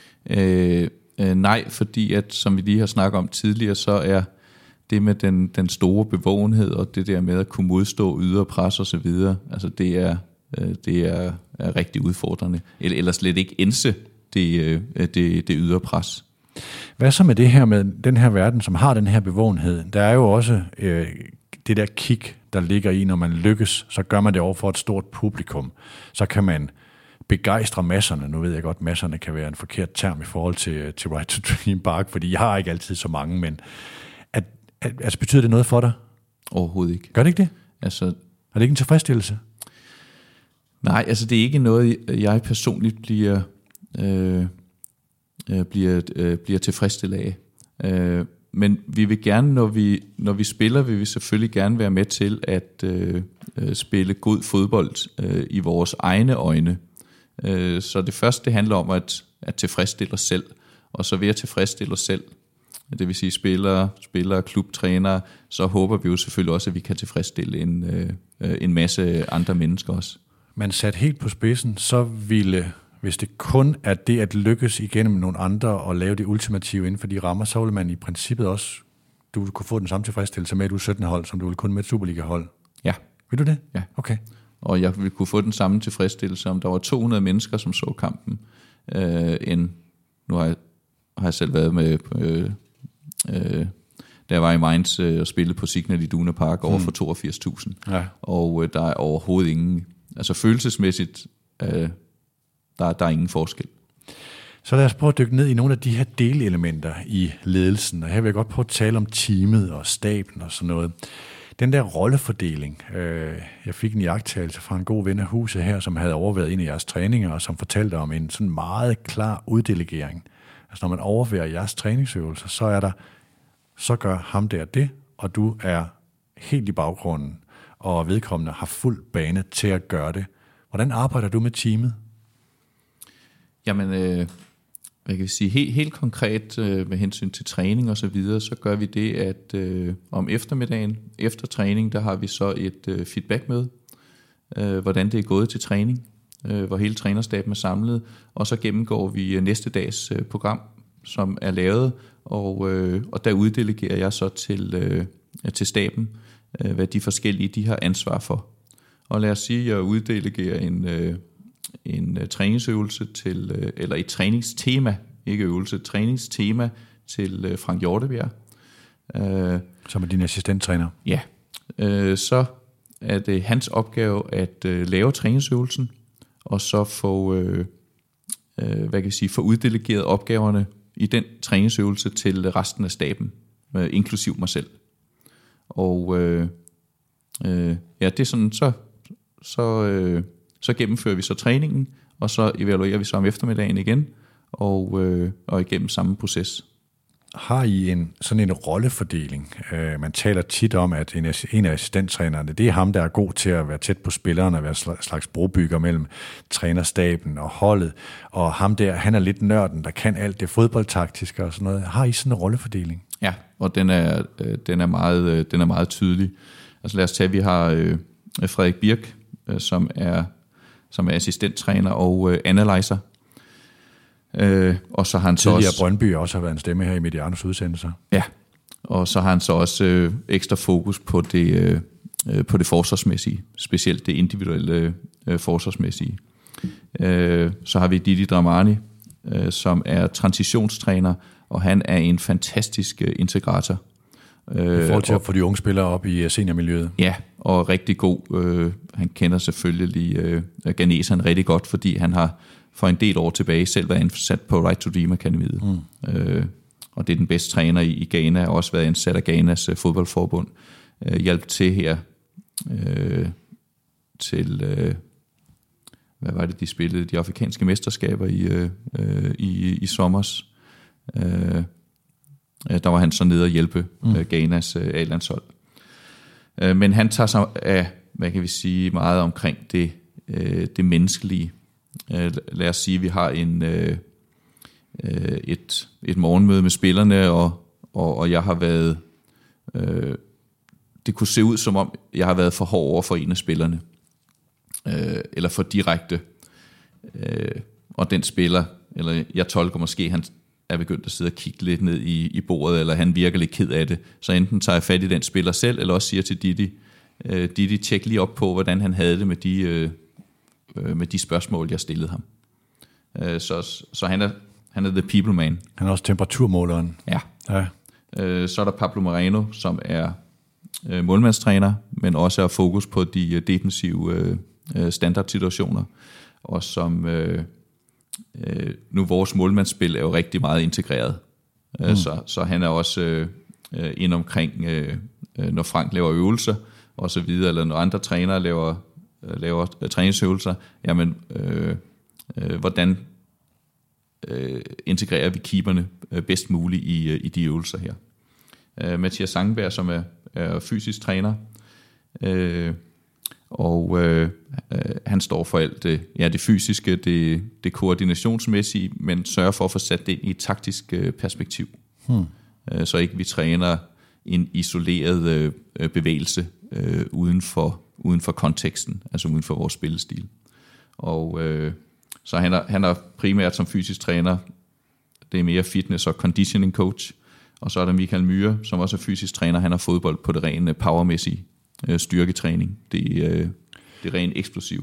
Øh, øh, nej, fordi at, som vi lige har snakket om tidligere, så er det med den, den store bevågenhed, og det der med at kunne modstå ydre pres og så videre, altså det er... Det er, er rigtig udfordrende. Eller, eller slet ikke indse det, det, det ydre pres. Hvad så med det her med den her verden, som har den her bevågenhed? Der er jo også øh, det der kick, der ligger i, når man lykkes, så gør man det over for et stort publikum. Så kan man begejstre masserne. Nu ved jeg godt, masserne kan være en forkert term i forhold til, til Right to Dream Park, fordi jeg har ikke altid så mange, men at, at, altså, betyder det noget for dig? Overhovedet ikke. Gør det ikke det? Altså, er det ikke en tilfredsstillelse? Nej, altså det er ikke noget, jeg personligt bliver, øh, bliver, øh, bliver tilfredsstillet af. Øh, men vi vil gerne, når vi, når vi spiller, vil vi selvfølgelig gerne være med til at øh, spille god fodbold øh, i vores egne øjne. Øh, så det første, det handler om at, at tilfredsstille os selv. Og så ved at tilfredsstille os selv, det vil sige spillere, spillere, klubtrænere, så håber vi jo selvfølgelig også, at vi kan tilfredsstille en, øh, en masse andre mennesker også. Man sat helt på spidsen, så ville, hvis det kun er det at lykkes igennem nogle andre og lave det ultimative inden for de rammer, så ville man i princippet også, du ville kunne få den samme tilfredsstillelse med, at du er sytten hold, som du ville kunne med et Superliga-hold. Ja. Vil du det? Ja. Okay. Og jeg ville kunne få den samme tilfredsstillelse, om der var to hundrede mennesker, som så kampen, øh, end, nu har jeg, har jeg selv været med, øh, øh, da jeg var i Mainz øh, og spillede på Signal Iduna Park over hmm. for toogfirs tusind. Ja. Og øh, der er overhovedet ingen, altså følelsesmæssigt, øh, der, der er ingen forskel. Så lad os prøve at dykke ned i nogle af de her delelementer i ledelsen, og her vil jeg godt prøve at tale om teamet og staben og sådan noget. Den der rollefordeling, øh, jeg fik en iagttagelse fra en god ven af huset her, som havde overværet en af jeres træninger, og som fortalte om en sådan meget klar uddelegering. Altså når man overværer jeres træningsøvelser, så er der, så gør ham der det, og du er helt i baggrunden, og vedkommende har fuld bane til at gøre det. Hvordan arbejder du med teamet? Jamen, øh, hvad kan vi sige, helt, helt konkret øh, med hensyn til træning og så videre, så gør vi det, at øh, om eftermiddagen, efter træning, der har vi så et øh, feedback-møde, øh, hvordan det er gået til træning, øh, hvor hele trænerstaben er samlet, og så gennemgår vi næste dags øh, program, som er lavet, og, øh, og der uddelegerer jeg så til, øh, til staben, øh, hvad de forskellige de har ansvar for. Og lad os sige, at jeg uddelegerer en, øh, en uh, træningsøvelse til, uh, eller et træningstema, ikke øvelse, træningstema til uh, Frank Hjortebjerg. Uh, Som er din assistenttræner? Ja, uh, så er det hans opgave at uh, lave træningsøvelsen, og så få, uh, uh, hvad kan jeg sige, få uddelegeret opgaverne i den træningsøvelse til resten af staben, uh, inklusiv mig selv. Og uh, uh, ja, det er sådan, så, så uh, Så gennemfører vi så træningen, og så evaluerer vi så om eftermiddagen igen, og, øh, og igennem samme proces. Har I en sådan en rollefordeling? Uh, man taler tit om, at en, en af assistenttrænerne, det er ham, der er god til at være tæt på spillerne, og være slags brobygger mellem trænerstaben og holdet, og ham der, han er lidt nørden, der kan alt det fodboldtaktiske og sådan noget. Har I sådan en rollefordeling? Ja, og den er, øh, den er, meget, øh, den er meget tydelig. Altså lad os tage, at vi har øh, Frederik Birk, øh, som er som er assistenttræner og øh, analyzer. Øh, og så har han så Tidligere også Brøndby også har været en stemme her i Medianos udsendelser. Ja, og så har han så også øh, ekstra fokus på det, øh, på det forsvarsmæssige, specielt det individuelle øh, forsvarsmæssige. Øh, så har vi Didi Dramani, øh, som er transitionstræner, og han er en fantastisk øh, integrator. I forhold til at få de unge spillere op i seniormiljøet. Ja, og rigtig god. Øh, han kender selvfølgelig øh, Ganeseren rigtig godt, fordi han har for en del år tilbage selv været ansat på Right to Dream Akademiet. Mm. Øh, og det er den bedste træner i, i Ghana, og også været ansat af Ghanas øh, fodboldforbund. Øh, hjælp til her øh, til, øh, hvad var det, de spillede? De afrikanske mesterskaber i, øh, i, i sommers. Øh, Der var han så nede og hjælpe mm. Ghanas uh, A-landshold. Uh, men han tager sig af, hvad kan vi sige, meget omkring det, uh, det menneskelige. Uh, lad os sige, at vi har en, uh, uh, et, et morgenmøde med spillerne, og, og, og jeg har været... Uh, det kunne se ud som om, jeg har været for hård over for en af spillerne. Uh, eller for direkte. Uh, og den spiller, eller jeg tolker måske, han... er begyndt at sidde og kigge lidt ned i, i bordet, eller han virker lidt ked af det. Så enten tager jeg fat i den spiller selv, eller også siger til Didi, øh, Didi, tjek lige op på, hvordan han havde det med de, øh, med de spørgsmål, jeg stillede ham. Øh, så så han, er, han er the people man. Han er også temperaturmåleren. Ja. ja. Øh, så er der Pablo Moreno, som er øh, målmandstræner, men også har fokus på de øh, defensive øh, standardsituationer, og som... Øh, Øh, nu vores målmandsspil er jo rigtig meget integreret, mm. øh, så, så han er også øh, ind omkring, øh, når Frank laver øvelser og så videre, eller når andre trænere laver, øh, laver øh, træningsøvelser, jamen øh, øh, hvordan øh, integrerer vi keeperne øh, bedst muligt i, øh, i de øvelser her. Øh, Mathias Sangenberg, som er, er fysisk træner, øh, og øh, øh, han står for alt det, ja, det fysiske, det, det koordinationsmæssige, men sørger for at få sat det ind i et taktisk øh, perspektiv. Hmm. Øh, så ikke vi træner en isoleret øh, bevægelse øh, uden, for, uden for konteksten, altså uden for vores spillestil. Og øh, så han er, han er primært som fysisk træner, det er mere fitness og conditioning coach, og så er der Michael Myhre, som også er fysisk træner, han har fodbold på det rene powermæssige. Styrketræning, det er, det er rent eksplosiv.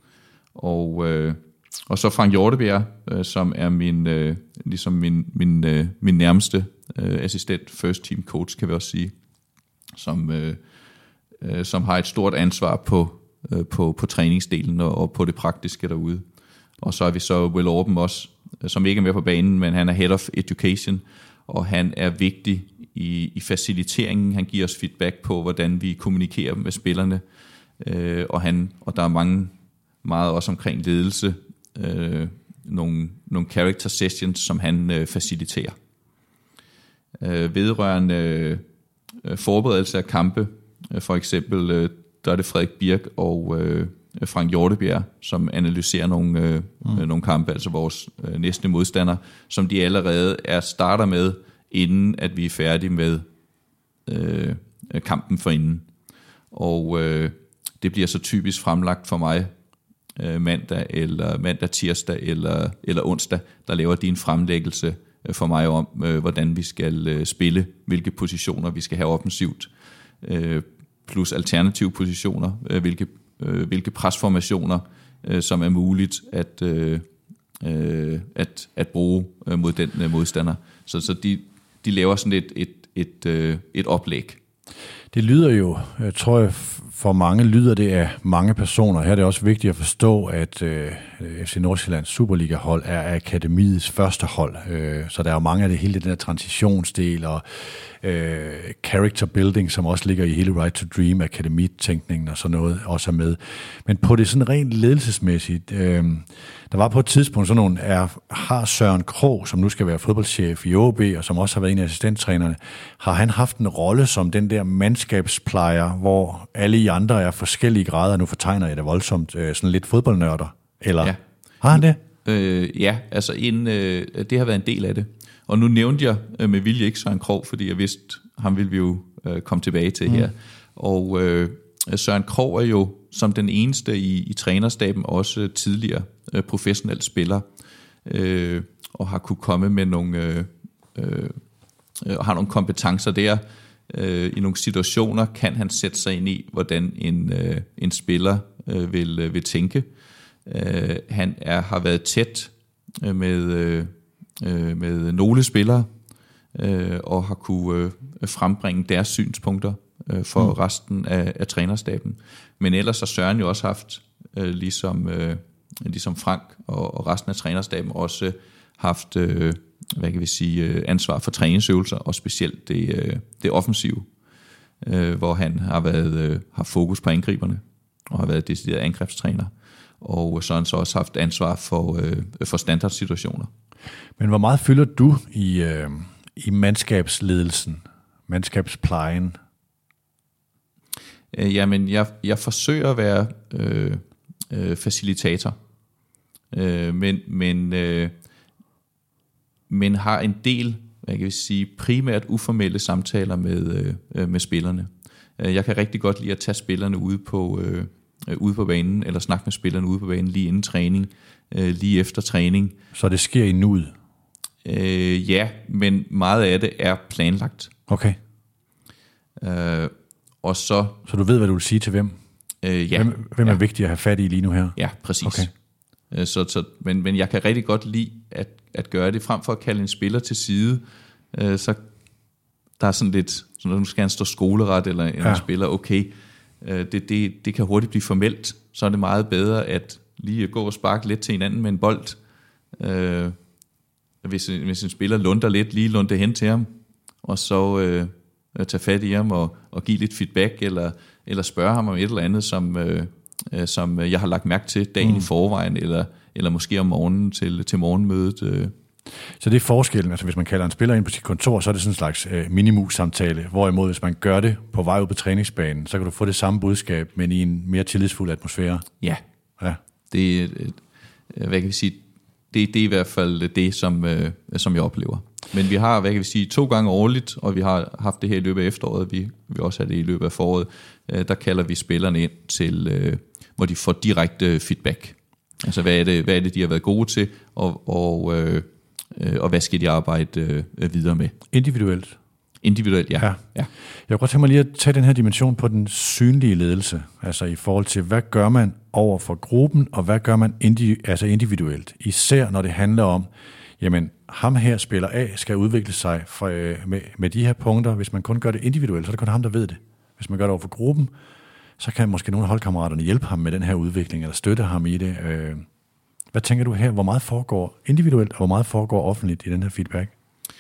Og, øh, og så Frank Hjortebjerg, øh, som er min, øh, ligesom min, min, øh, min nærmeste øh, assistent, first team coach, kan vi også sige, som, øh, øh, som har et stort ansvar på, øh, på, på træningsdelen og, og på det praktiske derude. og så er vi så Will Orben også, som ikke er med på banen, men han er Head of Education, og han er vigtig i, i faciliteringen. Han giver os feedback på, hvordan vi kommunikerer med spillerne, øh, og, han, og der er mange, meget også omkring ledelse, øh, nogle, nogle character sessions, som han øh, faciliterer. Øh, vedrørende øh, forberedelse af kampe, øh, for eksempel, øh, der er det Frederik Birk og øh, Frank Hjortebjerg, som analyserer nogle, øh, mm. nogle kampe, altså vores øh, næste modstander, som de allerede er starter med, inden at vi er færdige med øh, kampen forinden. Og øh, det bliver så typisk fremlagt for mig øh, mandag, eller mandag, tirsdag eller, eller onsdag, der laver de en fremlæggelse øh, for mig om, øh, hvordan vi skal øh, spille, hvilke positioner vi skal have offensivt, øh, plus alternative positioner, øh, hvilke, øh, hvilke presformationer, øh, som er muligt at, øh, øh, at, at bruge øh, mod den øh, modstander. Så, så de, de laver sådan et, et, et, øh, et oplæg. Det lyder jo, jeg tror jeg, for mange lyder det af mange personer. Her er det også vigtigt at forstå, at øh, F C Nordsjællands Superliga-hold er akademiets første hold. Øh, så der er jo mange af det hele den der transitionsdel og øh, character building, som også ligger i hele Right to Dream, akademitænkningen og sådan noget, også er med. Men på det sådan rent ledelsesmæssigt, øh, der var på et tidspunkt sådan nogle, er, har Søren Krog, som nu skal være fodboldchef i O B, og som også har været en af assistenttrænerne, har han haft en rolle som den der mandskabsplejer, hvor alle I andre er forskellige grader, nu fortegner jeg det voldsomt, øh, sådan lidt fodboldnørder, eller ja. Har han det? Øh, ja, altså en, øh, det har været en del af det. Og nu nævnte jeg øh, med vilje ikke Søren Krog, fordi jeg vidste, ham ville vi jo øh, komme tilbage til mm. her. Og øh, Søren Krog er jo som den eneste i, i trænerstaben også tidligere øh, professionel spiller, øh, og har kunne komme med nogle, øh, øh, og har nogle kompetencer der. Øh, I nogle situationer kan han sætte sig ind i, hvordan en, øh, en spiller øh, vil, øh, vil tænke. Øh, han er, har været tæt øh, med, øh, med nogle spillere, øh, og har kunne øh, frembringe deres synspunkter øh, for mm. resten af, af trænerstaben. Men ellers har Søren jo også haft, øh, ligesom, øh, ligesom Frank og, og resten af trænerstaben, også haft øh, hvad kan vi sige, ansvar for træningsøvelser, og specielt det, øh, det offensive, øh, hvor han har været øh, har fokus på angriberne, og har været decideret angrebstræner. Og så har han så også haft ansvar for, øh, for standardsituationer. Men hvor meget fylder du i, øh, i mandskabsledelsen, mandskabsplejen? Øh, jamen, jeg, jeg forsøger at være øh, øh, facilitator, øh, men, men, øh, men har en del, hvad kan vi sige, primært uformelle samtaler med, øh, med spillerne. Jeg kan rigtig godt lide at tage spillerne ude på... Øh, ude på banen, eller snakke med spillerne ude på banen lige inden træning, øh, lige efter træning. Så det sker i nuet? Øh, ja, men meget af det er planlagt. Okay. Øh, og så... Så du ved, hvad du vil sige til hvem? Øh, ja. Hvem, hvem er ja. vigtig at have fat i lige nu her? Ja, præcis. Okay. Øh, så, så, men, men jeg kan rigtig godt lide at, at gøre det, frem for at kalde en spiller til side, øh, så der er sådan lidt, så nu skal han stå skoleret, eller en ja. spiller, okay, Det, det, det kan hurtigt blive formelt, så er det meget bedre at lige gå og sparke lidt til hinanden med en bold. Øh, hvis, hvis en spiller lunder lidt, lige lunde hen til ham, og så øh, tage fat i ham og, og give lidt feedback, eller, eller spørge ham om et eller andet, som, øh, som jeg har lagt mærke til dagen mm. i forvejen, eller, eller måske om morgenen til, til morgenmødet. Øh. Så det er forskellen, altså hvis man kalder en spiller ind på sit kontor, så er det sådan en slags øh, minimus-samtale, hvorimod hvis man gør det på vej ud på træningsbanen, så kan du få det samme budskab, men i en mere tillidsfuld atmosfære. Ja, ja. Det, øh, hvad kan vi sige, det, det er i hvert fald det, som, øh, som jeg oplever. Men vi har, hvad kan vi sige, to gange årligt, og vi har haft det her i løbet af efteråret, vi vil også have det i løbet af foråret, øh, der kalder vi spillerne ind til, øh, hvor de får direkte feedback. Altså hvad er det, hvad er det de har været gode til, og, og øh, og hvad skal de arbejde øh, videre med? Individuelt? Individuelt, ja. ja. ja. Jeg kunne godt tænke mig lige at tage den her dimension på den synlige ledelse, altså i forhold til, hvad gør man over for gruppen, og hvad gør man indi- altså individuelt? Især når det handler om, jamen ham her spiller A skal udvikle sig for, øh, med, med de her punkter. Hvis man kun gør det individuelt, så er det kun ham, der ved det. Hvis man gør det over for gruppen, så kan måske nogle af holdkammeraterne hjælpe ham med den her udvikling, eller støtte ham i det. Øh, Hvad tænker du her? Hvor meget foregår individuelt, og hvor meget foregår offentligt i den her feedback?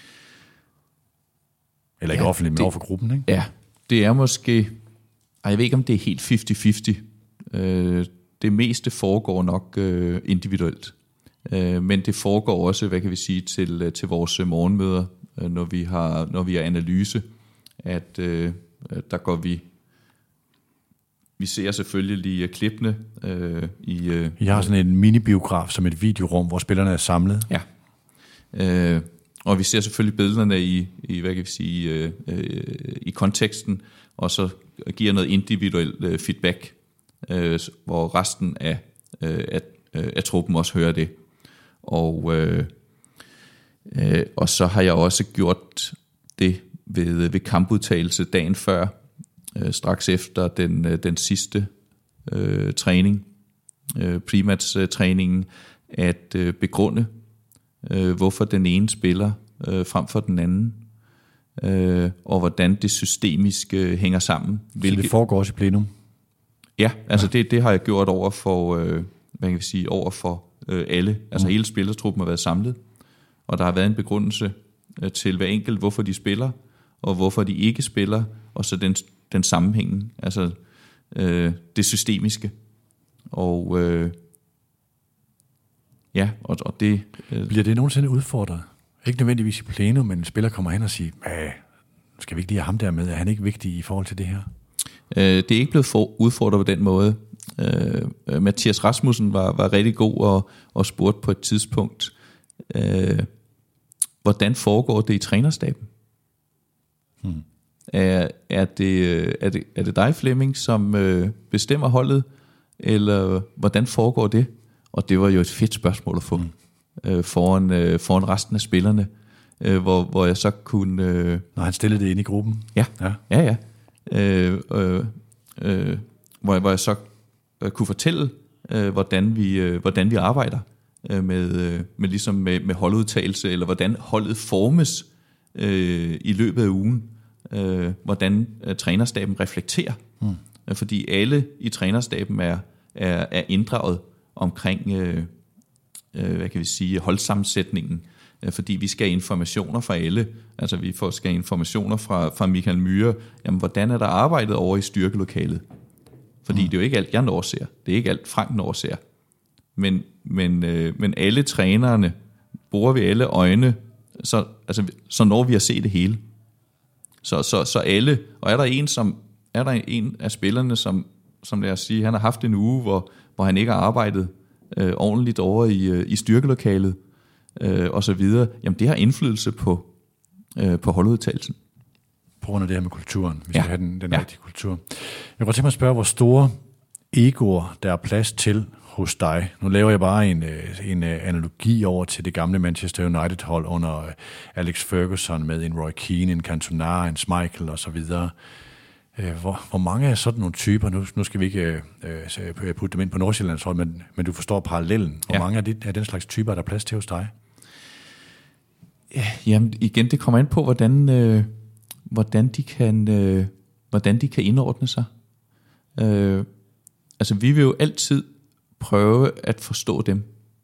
Eller ikke ja, offentligt, men det, over for gruppen, ikke? Ja, det er måske... Ej, jeg ved ikke, om det er helt halvtreds halvtreds. Øh, det meste foregår nok øh, individuelt. Øh, men det foregår også, hvad kan vi sige, til, til vores morgenmøder, øh, når vi har når vi har analyse, at øh, der går vi... Vi ser selvfølgelig lige klippene øh, i... Øh, I har sådan en mini-biograf som et videorum, hvor spillerne er samlet. Ja. Øh, og vi ser selvfølgelig billederne i, i hvad kan vi sige, øh, øh, i konteksten, og så giver noget individuel øh, feedback, øh, hvor resten af, øh, af, øh, af truppen også hører det. Og, øh, øh, og så har jeg også gjort det ved, ved kampudtagelse dagen før, øh, straks efter den, øh, den sidste øh, træning, øh, pre-match-træningen, at øh, begrunde, øh, hvorfor den ene spiller øh, frem for den anden, øh, og hvordan det systemisk øh, hænger sammen. Hvilket... Så det foregår også i plenum? Ja, altså ja. Det, det har jeg gjort over for, øh, hvad kan vi sige, over for øh, alle. Altså mm. hele spillertruppen har været samlet, og der har været en begrundelse øh, til hver enkelt, hvorfor de spiller, og hvorfor de ikke spiller, og så den, den sammenhængen, altså øh, det systemiske. Og øh, ja, og, og det... Øh, Bliver det nogensinde udfordret? Ikke nødvendigvis i plenum, men en spiller kommer hen og siger, skal vi ikke lige have ham der med? Er han ikke vigtig i forhold til det her? Øh, det er ikke blevet for, udfordret på den måde. Øh, Mathias Rasmussen var, var rigtig god og, og spurgte på et tidspunkt, øh, hvordan foregår det i trænerstaben? Hmm. Er, er, det, er, det, er det dig, Flemming, som øh, bestemmer holdet, eller hvordan foregår det? Og det var jo et fedt spørgsmål at få hmm. øh, foran, øh, foran resten af spillerne, øh, hvor, hvor jeg så kunne... Øh, Når han stillede det ind i gruppen? Ja, ja, ja. ja. Øh, øh, øh, hvor, jeg, hvor jeg så øh, kunne fortælle, øh, hvordan, vi, øh, hvordan vi arbejder øh, med, øh, med, ligesom med, med holdudtagelse, eller hvordan holdet formes øh, i løbet af ugen. Øh, hvordan øh, trænerstaben reflekterer. Mm. Øh, fordi alle i trænerstaben er, er, er inddraget omkring øh, øh, hvad kan vi sige, holdsammensætningen. Øh, fordi vi skal have informationer fra alle. Altså vi får, skal have informationer fra, fra Michael Myhre. Jamen, hvordan er der arbejdet over i styrkelokalet? Fordi mm. det er jo ikke alt, jeg når ser. Det er ikke alt, Frank når ser. Men, men, øh, men alle trænerne, bruger vi alle øjne, så, altså, så når vi at se det hele. Så, så, så alle, og er der en, som, er der en af spillerne, som, som lad os sige, han har haft en uge, hvor, hvor han ikke har arbejdet øh, ordentligt over i, øh, i styrkelokalet, øh, og så videre, jamen det har indflydelse på, øh, på holdudtagelsen. På grund af det her med kulturen. Vi skal ja. have den, den ja. rigtige kultur. Jeg kunne tænke mig at spørge, hvor store egoer der er plads til hos dig. Nu laver jeg bare en, en analogi over til det gamle Manchester United-hold under Alex Ferguson med en Roy Keane, en Cantona, en Schmeichel og så videre. Hvor, hvor mange af sådan nogle typer, nu, nu skal vi ikke øh, putte dem ind på Nordsjællands hold, men, men du forstår parallellen. Hvor ja. mange af, det, af den slags typer er der plads til hos dig? Ja, jamen igen, det kommer an på, hvordan, øh, hvordan, de, kan, øh, hvordan de kan indordne sig. Øh, altså vi vil jo altid prøve at forstå dem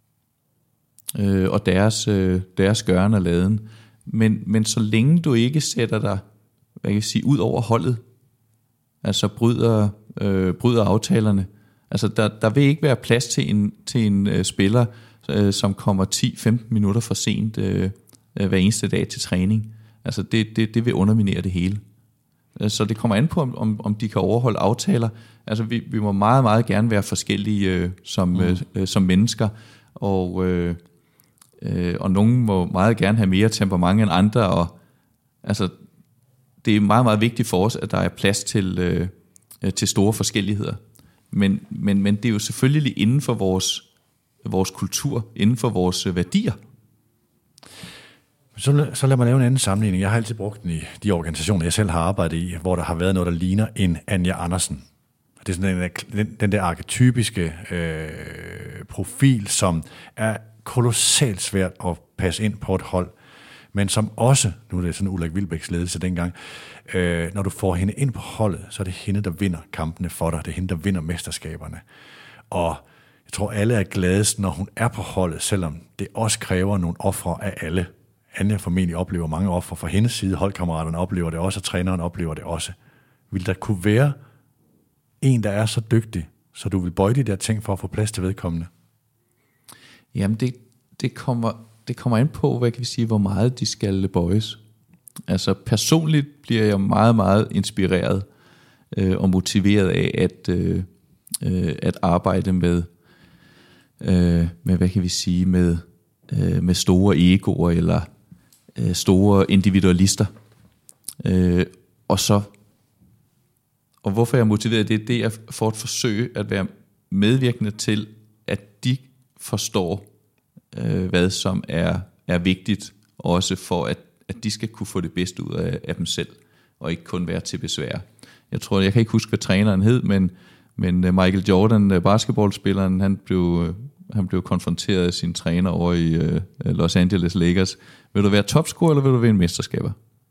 øh, og deres, øh, deres gøren og laden. Men, men så længe du ikke sætter dig, hvad kan jeg sige, ud over holdet, altså bryder, øh, bryder aftalerne, altså der, der vil ikke være plads til en, til en øh, spiller, øh, som kommer ti til femten minutter for sent øh, hver eneste dag til træning. Altså det, det, det vil underminere det hele. Så det kommer an på, om, om de kan overholde aftaler. Altså vi, vi må meget, meget gerne være forskellige øh, som, mm. øh, som mennesker, og, øh, øh, og nogen må meget gerne have mere temperament end andre, og altså det er meget, meget vigtigt for os, at der er plads til, øh, til store forskelligheder. Men, men, men det er jo selvfølgelig inden for vores, vores kultur, inden for vores værdier. Så, så lad mig lave en anden sammenligning. Jeg har altid brugt den i de organisationer, jeg selv har arbejdet i, hvor der har været noget, der ligner en Anja Andersen. Det er sådan den, den der arketypiske øh, profil, som er kolossalt svært at passe ind på et hold, men som også, nu er det sådan Ulrik Wilbæks ledelse dengang, øh, når du får hende ind på holdet, så er det hende, der vinder kampene for dig. Det er hende, der vinder mesterskaberne. Og jeg Jeg tror, alle er gladest, når hun er på holdet, selvom det også kræver nogle ofre af alle. Anja formentlig oplever mange ofre fra hendes side, holdkammeraterne oplever det også, og træneren oplever det også. Vil der kunne være en, der er så dygtig, så du vil bøje de der ting for at få plads til vedkommende? Jamen, det, det, kommer, det kommer ind på, hvad kan vi sige, hvor meget de skal bøjes. Altså personligt bliver jeg meget, meget inspireret øh, og motiveret af at, øh, øh, at arbejde med, øh, med, hvad kan vi sige, med, øh, med store egoer eller øh, store individualister. Øh, og så, og hvorfor jeg er motiveret, det er det, jeg får et forsøg at være medvirkende til, at de forstår, øh, hvad som er, er vigtigt, også for at, at de skal kunne få det bedste ud af, af dem selv, og ikke kun være til besvær. Jeg tror, jeg kan ikke huske, hvad træneren hed, men, men Michael Jordan, basketballspilleren, han blev, han blev konfronteret af sin træner over i øh, Los Angeles Lakers. Vil du være topscorer, eller vil du vinde mesterskaber?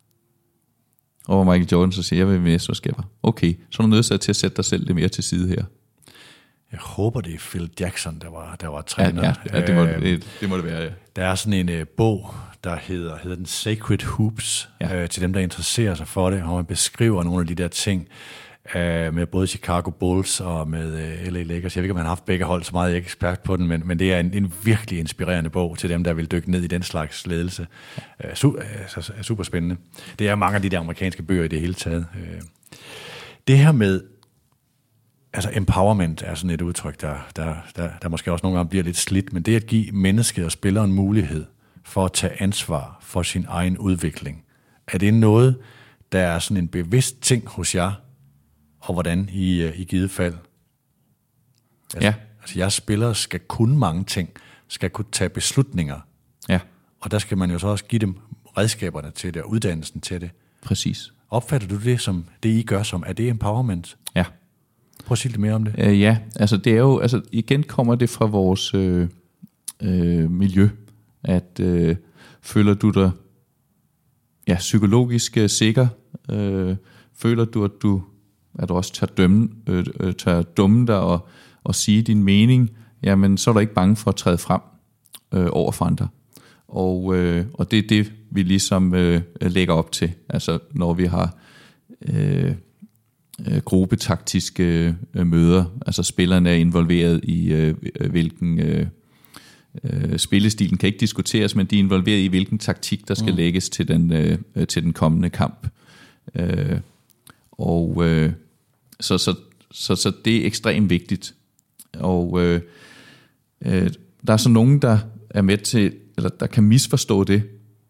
Og Michael Jordan så siger, jeg vil vinde mesterskaber. Okay, så er du nødt til at sætte dig selv lidt mere til side her. Jeg håber, det er Phil Jackson, der var, der var træner. Ja, ja, ja det, må, det, det må det være, ja. Der er sådan en uh, bog, der hedder, hedder den Sacred Hoops, ja. uh, til dem, der interesserer sig for det, og man beskriver nogle af de der ting uh, med både Chicago Bulls og med uh, L A Lakers. Jeg ved ikke, om man har haft begge hold, så meget jeg er ikke ekspert på den, men, men det er en, en virkelig inspirerende bog til dem, der vil dykke ned i den slags ledelse. Uh, su- uh, super spændende. Det er mange af de der amerikanske bøger i det hele taget. Uh, det her med altså empowerment er sådan et udtryk, der, der, der, der måske også nogle gange bliver lidt slidt, men det at give mennesket og spilleren mulighed for at tage ansvar for sin egen udvikling, er det noget, der er sådan en bevidst ting hos jer, og hvordan i, i givet fald? Altså, ja. Altså jeres spillere skal kunne mange ting, skal kunne tage beslutninger, ja. Og der skal man jo så også give dem redskaberne til det, og uddannelsen til det. Præcis. Opfatter du det som, det I gør som, er det empowerment? Ja. Prøv at sige lidt mere om det. Uh, ja, altså det er jo, altså igen kommer det fra vores øh, øh, miljø, at øh, føler du dig ja, psykologisk øh, sikker, øh, føler du, at du, at du også tør dømme, øh, øh, tør dumme dig og, og sige din mening, jamen så er du ikke bange for at træde frem øh, over for andre. Og, øh, og det er det, vi ligesom øh, lægger op til, altså når vi har øh, gruppetaktiske øh, møder, altså spillerne er involveret i øh, hvilken øh, øh, spillestilen kan ikke diskuteres, men de er involveret i hvilken taktik der skal mm. lægges til den øh, til den kommende kamp. Øh, og øh, så, så, så, så det er ekstremt vigtigt. Og øh, øh, der er så nogen, der er med til, eller der kan misforstå det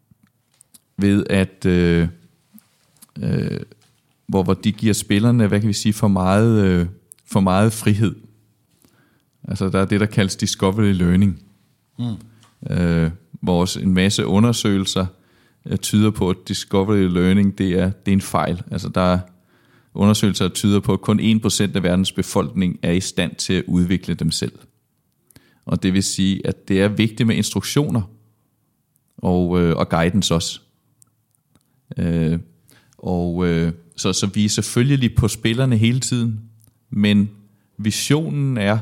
ved at øh, øh, Hvor, hvor de giver spillerne, hvad kan vi sige, for meget, øh, for meget frihed. Altså der er det, der kaldes discovery learning. Mm. Øh, hvor en masse undersøgelser øh, tyder på, at discovery learning, det er, det er en fejl. Altså der er undersøgelser, der tyder på, at kun en procent af verdens befolkning er i stand til at udvikle dem selv. Og det vil sige, at det er vigtigt med instruktioner og, øh, og guidance også. Øh, og øh, Så, så vi er selvfølgelig på spillerne hele tiden, men visionen er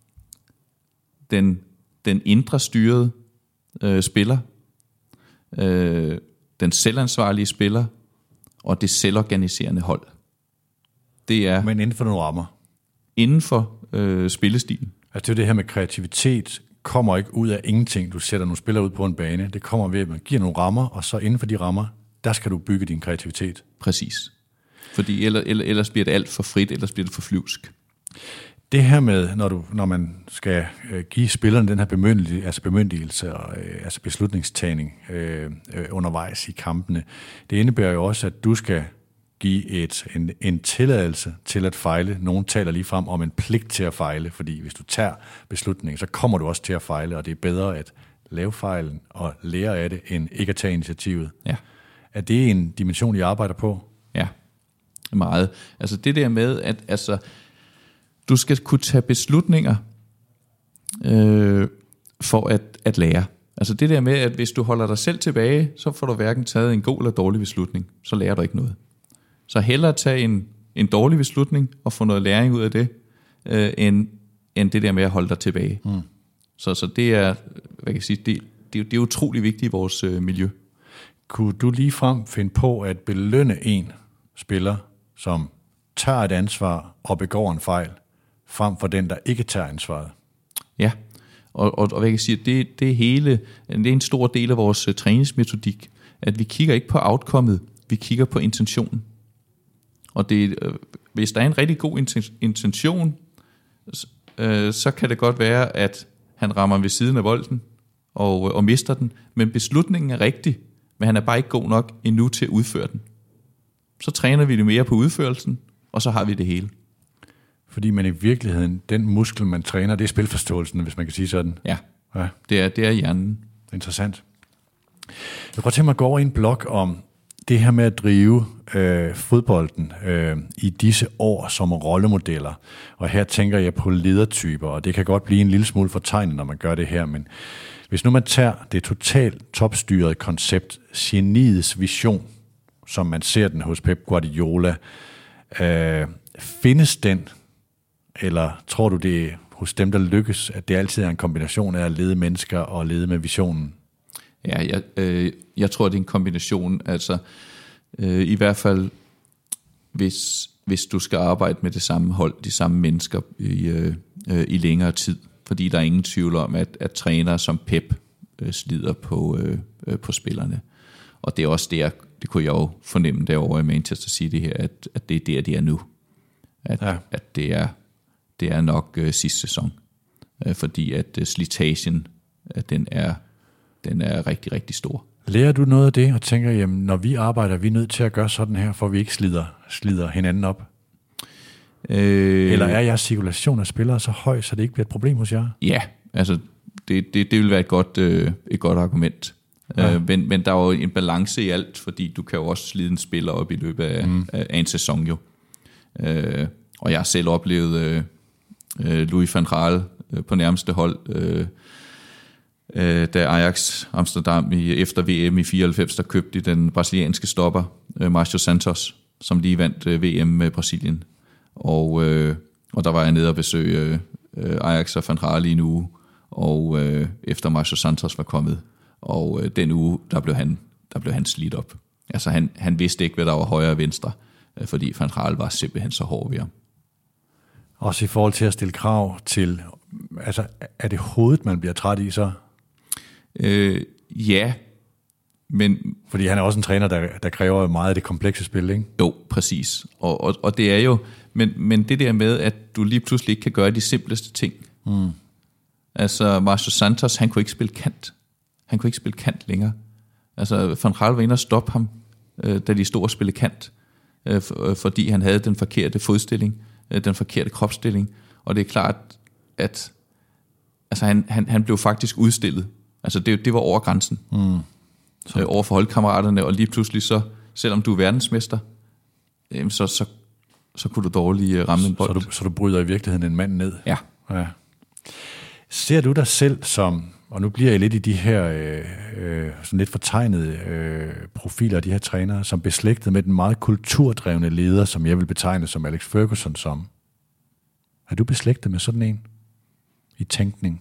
den, den indre styrede øh, spiller, øh, den selvansvarlige spiller og det selvorganiserende hold. Det er men inden for nogle rammer. Inden for øh, spillestilen. Altså det er jo det her med kreativitet, kommer ikke ud af ingenting. Du sætter nogle spillere ud på en bane. Det kommer ved, at man giver nogle rammer, og så inden for de rammer, der skal du bygge din kreativitet. Præcis. Fordi ellers, ellers bliver det alt for frit, ellers bliver det for flyvsk. Det her med, når, du, når man skal øh, give spillerne den her bemyndigelse, altså bemyndigelse og øh, altså beslutningstagning øh, øh, undervejs i kampene, det indebærer jo også, at du skal give et, en, en tilladelse til at fejle. Nogen taler lige frem om en pligt til at fejle, fordi hvis du tager beslutningen, så kommer du også til at fejle, og det er bedre at lave fejlen og lære af det, end ikke at tage initiativet. Ja. Er det en dimension, I arbejder på? Ja, meget. Altså det der med, at altså, du skal kunne tage beslutninger øh, for at, at lære. Altså det der med, at hvis du holder dig selv tilbage, så får du hverken taget en god eller dårlig beslutning. Så lærer du ikke noget. Så hellere tage en, en dårlig beslutning og få noget læring ud af det, øh, end, end det der med at holde dig tilbage. Mm. Så, så det er, hvad kan jeg sige, det, det, det er utrolig vigtigt i vores øh, miljø. Kunne du ligefrem finde på at belønne en spiller, som tager et ansvar og begår en fejl, frem for den, der ikke tager ansvaret? Ja, og, og, og hvad kan jeg sige, det, det, hele, det er en stor del af vores uh, træningsmetodik, at vi kigger ikke på outcomet, vi kigger på intentionen. Og det, øh, hvis der er en rigtig god intention, øh, så kan det godt være, at han rammer ved siden af bolden og, og mister den, men beslutningen er rigtig, men han er bare ikke god nok endnu til at udføre den. Så træner vi det mere på udførelsen, og så har vi det hele. Fordi man i virkeligheden, den muskel, man træner, det er spilforståelsen, hvis man kan sige sådan. Ja, ja. Det, er, det er hjernen. Interessant. Jeg kunne godt tænke mig at gå over i en blog om det her med at drive øh, fodbolden øh, i disse år som rollemodeller. Og her tænker jeg på ledertyper, og det kan godt blive en lille smule fortegnet, når man gør det her, men hvis nu man tager det totalt topstyrede koncept, geniets vision, som man ser den hos Pep Guardiola, øh, findes den, eller tror du det hos dem, der lykkes, at det altid er en kombination af at lede mennesker og lede med visionen? Ja, jeg, øh, jeg tror, det er en kombination. Altså, øh, i hvert fald, hvis, hvis du skal arbejde med det samme hold, de samme mennesker i, øh, i længere tid. Fordi der er ingen tvivl om, at, at trænere som Pep øh, slider på, øh, på spillerne. Og det er også der, det kunne jeg jo fornemme derovre i Manchester City her, at, at det er der, de er nu. At, ja. at det, er, det er nok øh, sidste sæson. Øh, fordi at øh, slitagen, at den er... Den er rigtig, rigtig stor. Lærer du noget af det, og tænker, jamen, når vi arbejder, vi er nødt til at gøre sådan her, for vi ikke slider, slider hinanden op? Øh, Eller er jeres cirkulation af spillere så høj, så det ikke bliver et problem hos jer? Ja, altså det, det, det vil være et godt, øh, et godt argument. Ja. Øh, men, men der er jo en balance i alt, fordi du kan jo også slide en spiller op i løbet af, mm. af, af en sæson jo. Øh, og jeg har selv oplevet øh, øh, Louis van Gaal øh, på nærmeste hold, øh, da Ajax Amsterdam i, efter V M i fireoghalvfems, der købte den brasilianske stopper, Marcio Santos, som lige vandt V M med Brasilien. Og, øh, og der var jeg nede og besøge øh, Ajax og Van Gaal i en uge, og øh, efter Marcio Santos var kommet, og øh, den uge, der blev han, der blev han slidt op. Altså han, han vidste ikke, hvad der var højre og venstre, øh, fordi Van Gaal var simpelthen så hård ved ham. Også i forhold til at stille krav til, altså er det hovedet, man bliver træt i så? Øh, ja, men... Fordi han er også en træner, der, der kræver meget af det komplekse spil, ikke? Jo, præcis. Og, og, og det er jo... Men, men det der med, at du lige pludselig ikke kan gøre de simpleste ting. Mm. Altså, Marcio Santos, han kunne ikke spille kant. Han kunne ikke spille kant længere. Altså, Van Gaal var inde og stoppe ham, øh, da de stod og spille kant. Øh, for, øh, fordi han havde den forkerte fodstilling, øh, den forkerte kropsstilling. Og det er klart, at altså, han, han, han blev faktisk udstillet. Altså det, det var over grænsen, mm. så. over for holdkammeraterne, og lige pludselig så, selvom du er verdensmester, øh, så, så, så kunne du dårligt ramme en bold. Så du, så du bryder i virkeligheden en mand ned? Ja. ja. Ser du dig selv som, og nu bliver jeg lidt i de her øh, øh, sådan lidt fortegnede øh, profiler af de her trænere, som beslægtet med den meget kulturdrevne leder, som jeg vil betegne som Alex Ferguson som. Er du beslægtet med sådan en i tænkning?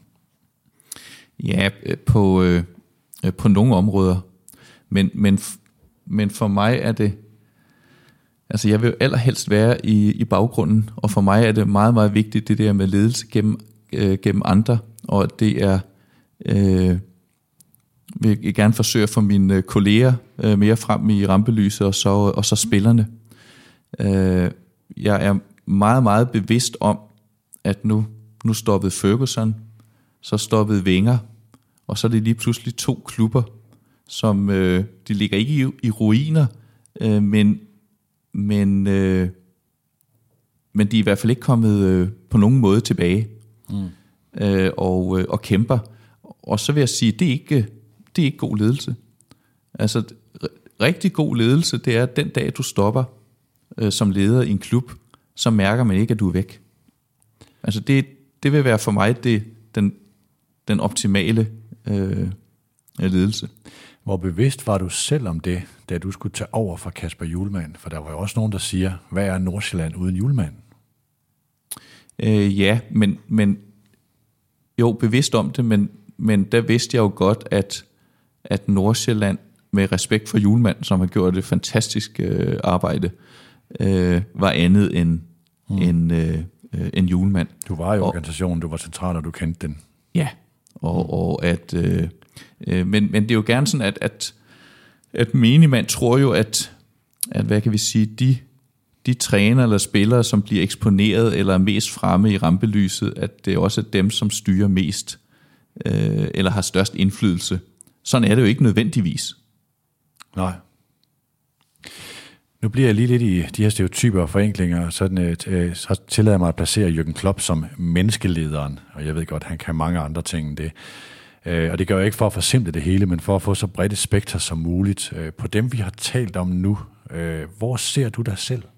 Ja, på, øh, på nogle områder. Men, men, men for mig er det... Altså, jeg vil allerhelst være i, i baggrunden, og for mig er det meget, meget vigtigt, det der med ledelse gennem, øh, gennem andre, og det er... Øh, vil jeg gerne forsøge at få mine kolleger øh, mere frem i rampelyset, og så, og så spillerne. Øh, jeg er meget, meget bevidst om, at nu, nu stoppede Ferguson, så stoppede Wenger, og så er det lige pludselig to klubber, som øh, de ligger ikke i, i ruiner, øh, men, men, øh, men de er i hvert fald ikke kommet øh, på nogen måde tilbage mm. øh, og, øh, og kæmper. Og så vil jeg sige, det er ikke, det er ikke god ledelse. Altså rigtig god ledelse, det er den dag, du stopper øh, som leder i en klub, så mærker man ikke, at du er væk. Altså det, det vil være for mig det, den den optimale øh, ledelse. Hvor bevidst var du selv om det, da du skulle tage over fra Kasper Hjulmand? For der var jo også nogen, der siger, hvad er Nordsjælland uden Hjulmand? Øh, ja, men, men jo, bevidst om det, men, men der vidste jeg jo godt, at, at Nordsjælland, med respekt for Hjulmand, som har gjort et fantastisk øh, arbejde, øh, var andet end, mm. end, øh, end Hjulmand. Du var i organisationen, du var central, og du kendte den. Ja, og, og at, øh, øh, men, men det er jo gerne sådan, at, at, at menigmand tror jo, at, at hvad kan vi sige, de, de træner eller spillere, som bliver eksponeret eller er mest fremme i rampelyset, at det også er dem, som styrer mest, øh, eller har størst indflydelse. Sådan er det jo ikke nødvendigvis. Nej. Nu bliver jeg lige lidt i de her stereotyper og forenklinger, sådan, øh, så tillader jeg mig at placere Jürgen Klopp som menneskelederen, og jeg ved godt, han kan mange andre ting end det. Øh, og det gør jeg ikke for at forsimple det hele, men for at få så bredt et spekter som muligt. Øh, på dem, vi har talt om nu, øh, hvor ser du dig selv?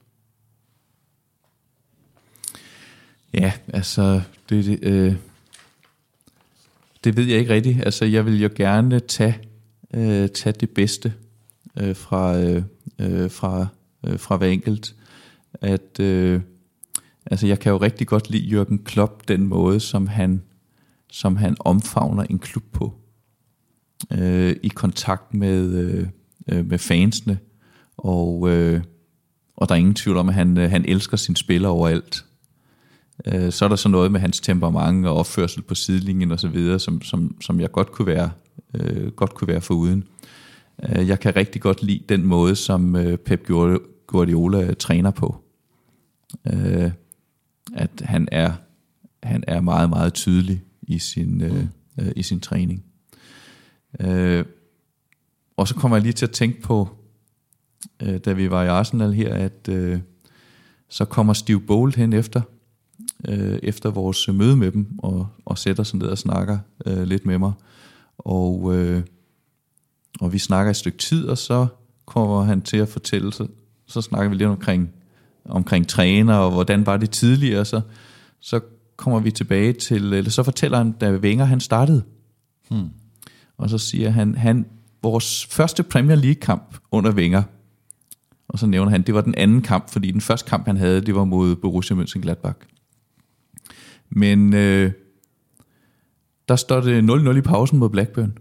Ja, altså, det, det, øh, det ved jeg ikke rigtigt. Altså, jeg vil jo gerne tage, øh, tage det bedste øh, fra, øh, fra, øh, fra hver enkelt. At, øh, altså, jeg kan jo rigtig godt lide Jürgen Klopp, den måde, som han, som han omfavner en klub på. Øh, I kontakt med, øh, med fansene. Og, øh, og der er ingen tvivl om, at han, han elsker sine spillere overalt. Så er der så noget med hans temperament og opførsel på sidelinjen og så videre, som, som, som jeg godt kunne være, øh, godt kunne være foruden. Jeg kan rigtig godt lide den måde, som Pep Guardiola træner på. Øh, at han er, han er meget, meget tydelig i sin, øh, øh, i sin træning. Øh, og så kommer jeg lige til at tænke på, øh, da vi var i Arsenal her, at øh, så kommer Steve Bold hen efter, efter vores møde med dem, og, og sætter sig ned og snakker øh, lidt med mig. Og, øh, og vi snakker et stykke tid, og så kommer han til at fortælle, så, så snakker vi lidt omkring, omkring træner, og hvordan var det tidligere, så, så kommer vi tilbage til, eller så fortæller han, da Wenger han startede. Hmm. Og så siger han, han, vores første Premier League-kamp under Wenger, og så nævner han, det var den anden kamp, fordi den første kamp, han havde, det var mod Borussia Mönchengladbach. Men øh, der står det nul nul i pausen mod Blackburn.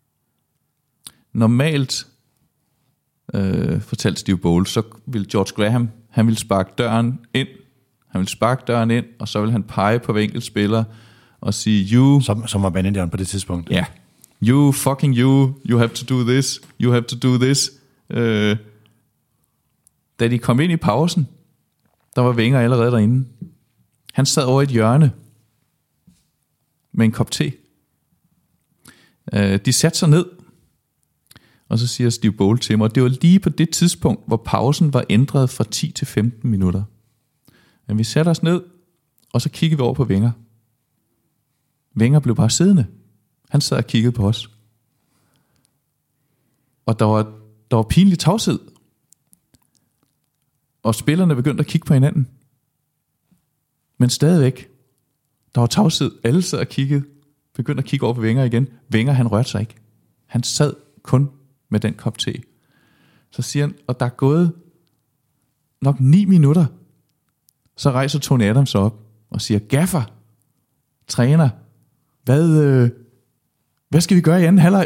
Normalt, øh, fortalte Steve Bold, så ville George Graham, han ville sparke døren ind, han ville sparke døren ind, og så ville han pege på hver enkelt spiller og sige, you... Som, som var bandinderen på det tidspunkt. Ja. Yeah. You fucking you, you have to do this, you have to do this. Øh, da de kom ind i pausen, der var Wenger allerede derinde. Han sad over et hjørne med en kop te. Uh, de satte sig ned, og så siger Steve Bold til mig, og det var lige på det tidspunkt, hvor pausen var ændret fra ti til femten minutter. Men vi satte os ned, og så kiggede vi over på Wenger. Wenger blev bare siddende. Han sad og kiggede på os. Og der var, der var pinlig tavshed. Og spillerne begyndte at kigge på hinanden. Men stadigvæk, der var tavshed. Alle sad og kiggede, begyndte at kigge over på Wenger igen. Wenger, han rørte sig ikke. Han sad kun med den kop te. Så siger han, og der er gået nok ni minutter. Så rejser Tony Adams op og siger, Gaffer, træner, hvad, øh, hvad skal vi gøre i anden halvleg?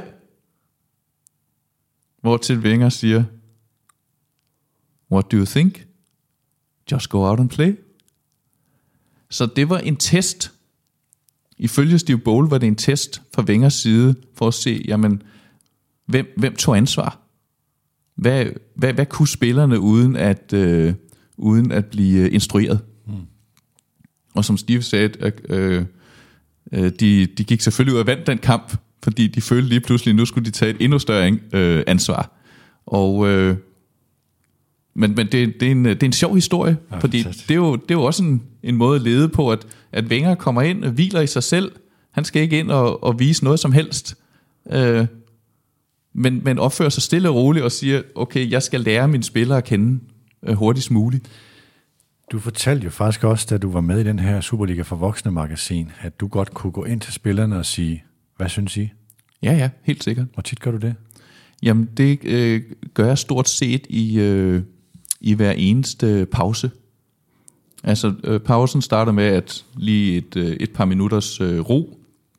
Hvortil Wenger siger, what do you think? Just go out and play. Så det var en test. Ifølge Steve Bold var det en test fra Wengers side, for at se, jamen, hvem, hvem tog ansvar? Hvad, hvad, hvad kunne spillerne uden at, øh, uden at blive instrueret? Hmm. Og som Steve sagde, at, øh, øh, de, de gik selvfølgelig ud og vandt den kamp, fordi de følte lige pludselig, at nu skulle de tage et endnu større øh, ansvar. Og... Øh, Men, men det, det, er en, det er en sjov historie, ja, fordi det er, jo, det er jo også en, en måde at lede på, at, at Wenger kommer ind og hviler i sig selv. Han skal ikke ind og, og vise noget som helst, øh, men, men opfører sig stille og roligt og siger, okay, jeg skal lære mine spillere at kende øh, hurtigst muligt. Du fortalte jo faktisk også, da du var med i den her Superliga for Voksne magasin, at du godt kunne gå ind til spillerne og sige, hvad synes I? Ja, ja, helt sikkert. Hvor tit gør du det? Jamen, det øh, gør jeg stort set i... Øh, i hver eneste pause. Altså øh, pausen starter med at lige et, øh, et par minutters øh, ro,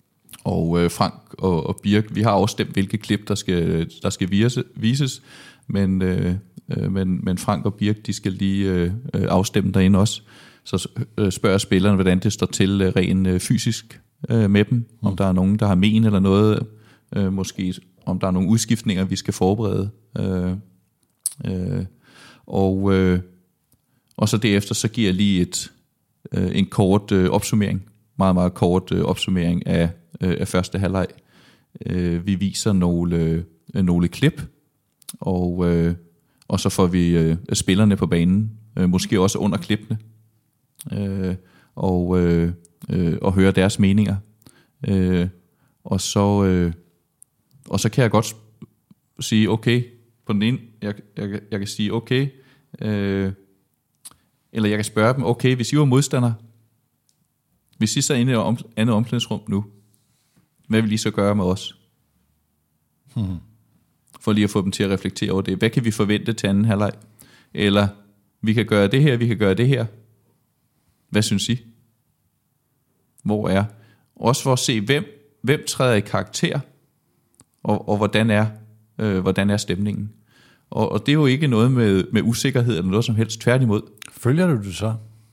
Og øh, Frank og, og Birk, vi har afstemt, hvilke klip, der skal, der skal vise, vises, men, øh, men, men Frank og Birk, de skal lige øh, afstemme derinde også. Så øh, spørger spillerne, hvordan det står til øh, rent øh, fysisk øh, med dem, mm. om der er nogen, der har men eller noget, øh, måske om der er nogle udskiftninger, vi skal forberede. Øh, øh, og, øh, og så derefter, så giver jeg lige et, øh, en kort øh, opsummering, meget, meget kort øh, opsummering af, øh, af første halvleg. Øh, vi viser nogle, øh, nogle klip, og, øh, og så får vi øh, spillerne på banen, øh, måske også under klippene, øh, og, øh, øh, og høre deres meninger. Øh, og, så, øh, og så kan jeg godt sige, okay, på den ene, jeg, jeg, jeg kan sige, okay, øh, eller jeg kan spørge dem, okay, hvis I var modstander, hvis I så er inde i et andet omklædningsrum nu, hvad vil I så gøre med os? Hmm. For lige at få dem til at reflektere over det. Hvad kan vi forvente til anden halvleg? Eller, vi kan gøre det her, vi kan gøre det her. Hvad synes I? Hvor er? Også for at se, hvem, hvem træder i karakter, og, og hvordan, er, øh, hvordan er stemningen. Og, og det er jo ikke noget med, med usikkerhed eller noget som helst, tværtimod. Følger du det så?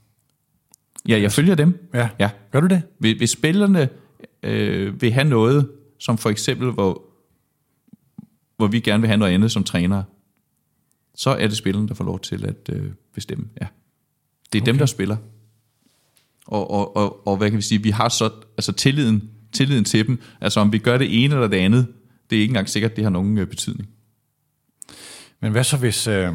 Ja, jeg følger dem. Ja. Ja. Gør du det? Hvis, hvis spillerne øh, vil have noget, som for eksempel, hvor, hvor vi gerne vil have noget andet som trænere, så er det spillerne, der får lov til at øh, bestemme. Ja. Det er okay. Dem, der spiller. Og, og, og, og hvad kan vi sige, vi har så altså tilliden, tilliden til dem. Altså om vi gør det ene eller det andet, det er ikke engang sikkert, at det har nogen øh, betydning. Men hvad så hvis øh,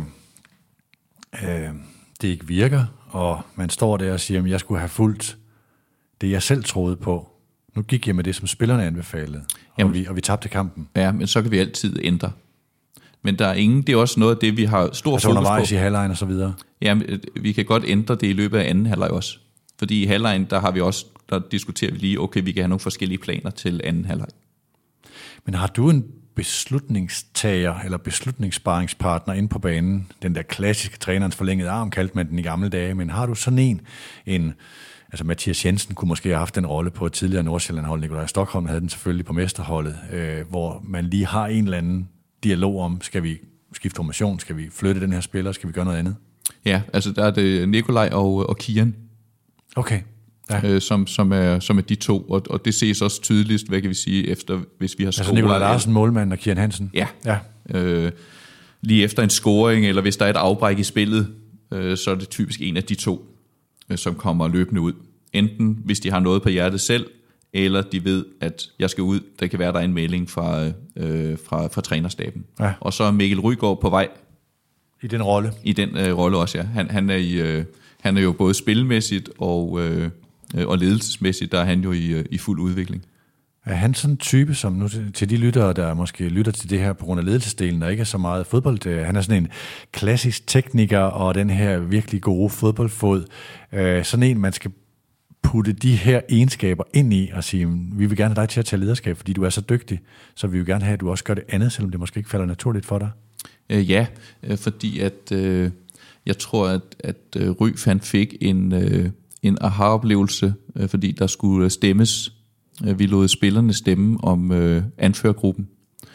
øh, det ikke virker, og man står der og siger, at jeg skulle have fulgt det, jeg selv troede på. Nu gik jeg med det, som spillerne anbefalede, og, vi, og vi tabte kampen. Ja, men så kan vi altid ændre. Men der er ingen, det er også noget af det, vi har stor altså fokus på. Undervejs i halvlejen og så videre. Ja, vi kan godt ændre det i løbet af anden halvleg også. Fordi i halvlejen, der har vi også, der diskuterer vi lige, okay, vi kan have nogle forskellige planer til anden halvleg. Men har du en beslutningstager eller beslutningssparingspartner inde på banen, den der klassiske trænerens forlængede arm, kaldte man den i gamle dage, men har du sådan en, en altså Mathias Jensen kunne måske have haft den rolle på et tidligere Nordsjælland-hold, Nikolaj Stockholm havde den selvfølgelig på mesterholdet, øh, hvor man lige har en eller anden dialog om, skal vi skifte formation, skal vi flytte den her spiller, skal vi gøre noget andet? Ja, altså der er det Nikolaj og, og Kian. Okay. Ja. Øh, som, som, er, som er de to, og, og det ses også tydeligst, hvad kan vi sige, efter hvis vi har scoret. Altså Nikolaj Larsen, målmanden, og Kian Hansen? Ja, ja. Øh, lige efter en scoring, eller hvis der er et afbræk i spillet, øh, så er det typisk en af de to, øh, som kommer løbende ud. Enten hvis de har noget på hjertet selv, eller de ved, at jeg skal ud. Der kan være, der er en melding fra, øh, fra, fra trænerstaben. Ja. Og så er Mikkel Rygaard på vej. I den rolle? I den øh, rolle også, ja. Han, han, er i, øh, han er jo både spilmæssigt og... Øh, og ledelsesmæssigt, der er han jo i, i fuld udvikling. Er han sådan en type, som nu til de lyttere, der måske lytter til det her på grund af ledelsesdelen, og ikke er så meget fodbold, han er sådan en klassisk tekniker, og den her virkelig gode fodboldfod, sådan en, man skal putte de her egenskaber ind i, og sige, vi vil gerne have dig til at tage lederskab, fordi du er så dygtig, så vi vil gerne have, at du også gør det andet, selvom det måske ikke falder naturligt for dig. Øh, ja, øh, fordi at, øh, jeg tror, at, at øh, Ryf, han fik en... Øh, en aha-oplevelse, øh, fordi der skulle stemmes. Vi lod spillerne stemme om øh, anførergruppen.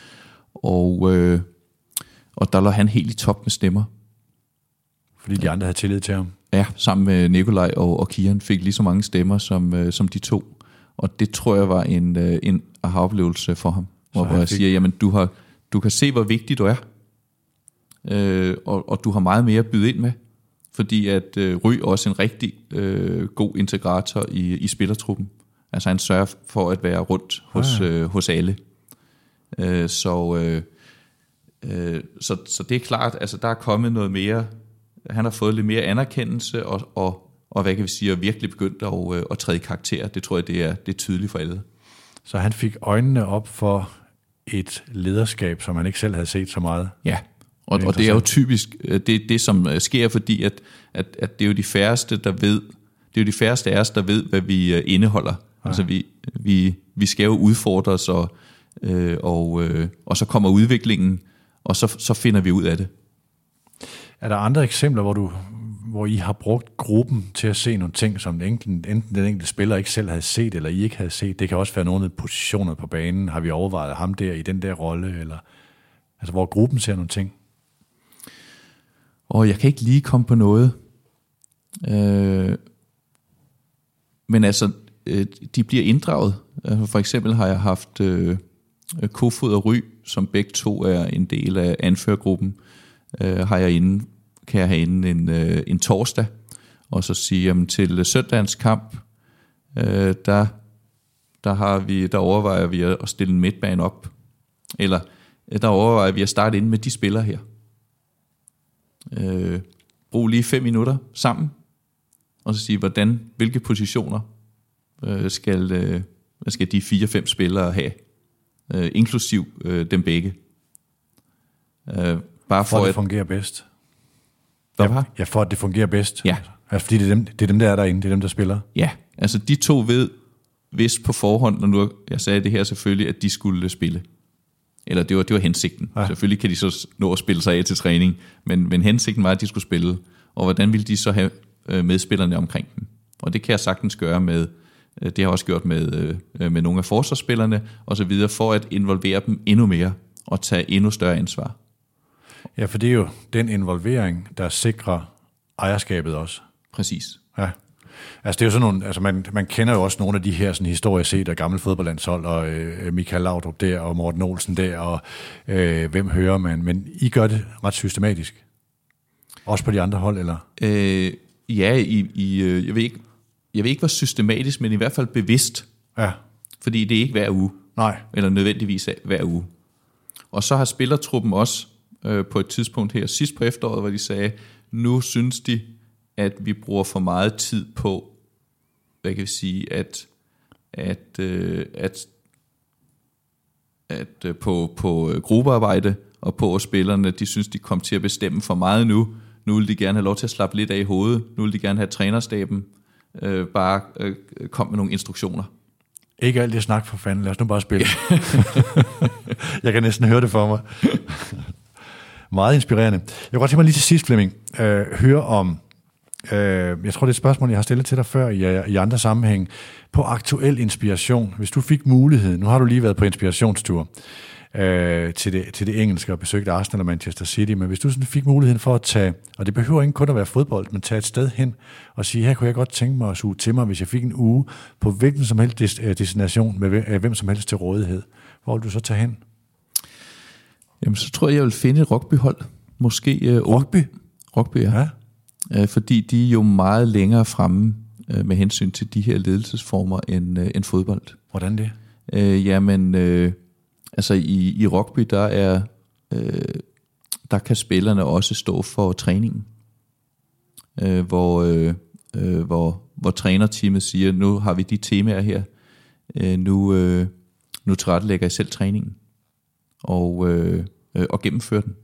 Og, øh, og der lå han helt i top med stemmer. Fordi de andre havde tillid til ham? Ja, sammen med Nikolaj og, og Kian fik lige så mange stemmer som, øh, som de to. Og det tror jeg var en, øh, en aha-oplevelse for ham. Hvor, hvor jeg fik... siger, jamen du, har, du kan se, hvor vigtig du er. Øh, og, og du har meget mere at byde ind med. Fordi at øh, Ry er også en rigtig øh, god integrator i, i spillertruppen. Altså han sørger for at være rundt hos, ah, ja. øh, hos alle. Øh, så, øh, øh, så, så det er klart, altså der er kommet noget mere, han har fået lidt mere anerkendelse, og, og, og hvad kan vi sige, virkelig begyndt at, øh, at træde i karakter. Det tror jeg, det er, det er tydeligt for alle. Så han fik øjnene op for et lederskab, som han ikke selv havde set så meget? Ja. Og, og det er jo typisk det, det som sker, fordi at, at, at det er jo de færreste, der ved, det er jo de færreste af os, der ved, hvad vi indeholder. Ja. Altså vi, vi, vi skal jo udfordre os, og, øh, og, øh, og så kommer udviklingen, og så, så finder vi ud af det. Er der andre eksempler, hvor du, hvor I har brugt gruppen til at se nogle ting, som enten, enten den enkelte spiller ikke selv havde set, eller I ikke havde set. Det kan også være nogle positioner på banen. Har vi overvejet ham der i den der rolle? Eller, altså, hvor gruppen ser nogle ting? Og jeg kan ikke lige komme på noget. Øh, men altså, øh, de bliver inddraget. Altså, for eksempel har jeg haft øh, Kofod og Ry, som begge to er en del af anførergruppen, øh, har jeg inde, kan jeg have inde en, øh, en torsdag, og så sige, jamen, til søndagens kamp, øh, der, der, har vi, der overvejer vi at stille en midtbane op, eller der overvejer vi at starte ind med de spillere her. Øh, brug lige fem minutter sammen, og så sige, hvordan, hvilke positioner øh, skal, øh, skal de fire-fem spillere have, øh, inklusiv øh, dem begge. Øh, bare for, for at det at, fungerer bedst. Hvad ja, var? ja, for at det fungerer bedst. Ja. Altså, fordi det er, dem, det er dem, der er derinde, det er dem, der spiller. Ja, altså de to ved vist på forhånd, når nu jeg sagde det her selvfølgelig, at de skulle spille. Eller det var, det var hensigten. Ja. Selvfølgelig kan de så nå at spille sig af til træning, men, men hensigten var, at de skulle spille. Og hvordan ville de så have øh, medspillerne omkring dem? Og det kan jeg sagtens gøre med, øh, det har jeg også gjort med, øh, med nogle af forsvarsspillerne, og så videre, for at involvere dem endnu mere, og tage endnu større ansvar. Ja, for det er jo den involvering, der sikrer ejerskabet også. Præcis. Ja. Altså det er jo sådan nogle, altså man, man kender jo også nogle af de her sådan historier set af gamle fodboldlandshold, og øh, Michael Laudrup der, og Morten Olsen der, og øh, hvem hører man, men I gør det ret systematisk. Også på de andre hold, eller? Øh, ja, i, i, jeg, ved ikke, jeg ved ikke, hvor systematisk, men i hvert fald bevidst. Ja. Fordi det er ikke hver uge. Nej. Eller nødvendigvis hver uge. Og så har spillertruppen også øh, på et tidspunkt her sidst på efteråret, hvor de sagde, nu synes de, at vi bruger for meget tid på, hvad kan vi sige, at, at, øh, at, at øh, på, på gruppearbejde, og på at spillerne, de synes, de kom til at bestemme for meget nu. Nu vil de gerne have lov til at slappe lidt af i hovedet. Nu vil de gerne have trænerstaben. Øh, bare øh, kom med nogle instruktioner. Ikke alt det snak for fanden, lad os nu bare spille. Jeg kan næsten høre det for mig. Meget inspirerende. Jeg kunne godt tænke mig lige til sidst, Flemming, øh, høre om, øh, jeg tror det er et spørgsmål, jeg har stillet til dig før i, i andre sammenhæng, på aktuel inspiration. Hvis du fik mulighed, nu har du lige været på inspirationstur øh, til, det, til det engelske og besøgt Arsenal og Manchester City, men hvis du sådan fik muligheden for at tage, og det behøver ikke kun at være fodbold, men tage et sted hen og sige, her kunne jeg godt tænke mig at suge til mig, hvis jeg fik en uge på hvilken som helst destination med hvem som helst til rådighed. Hvor vil du så tage hen? Jamen, så tror jeg, jeg vil finde et rugbyhold. Måske uh, Rugby? Rugby, ja. ja. Uh, fordi de er jo meget længere fremme uh, med hensyn til de her ledelsesformer end, uh, end fodbold. Hvordan det? Uh, jamen, uh, altså i, i rugby, der er uh, der kan spillerne også stå for træningen. Uh, hvor, uh, uh, hvor, hvor trænerteamet siger, nu har vi de temaer her. Uh, nu, uh, nu tilrettelægger I selv træningen. Og, øh, øh, og gennemføre den.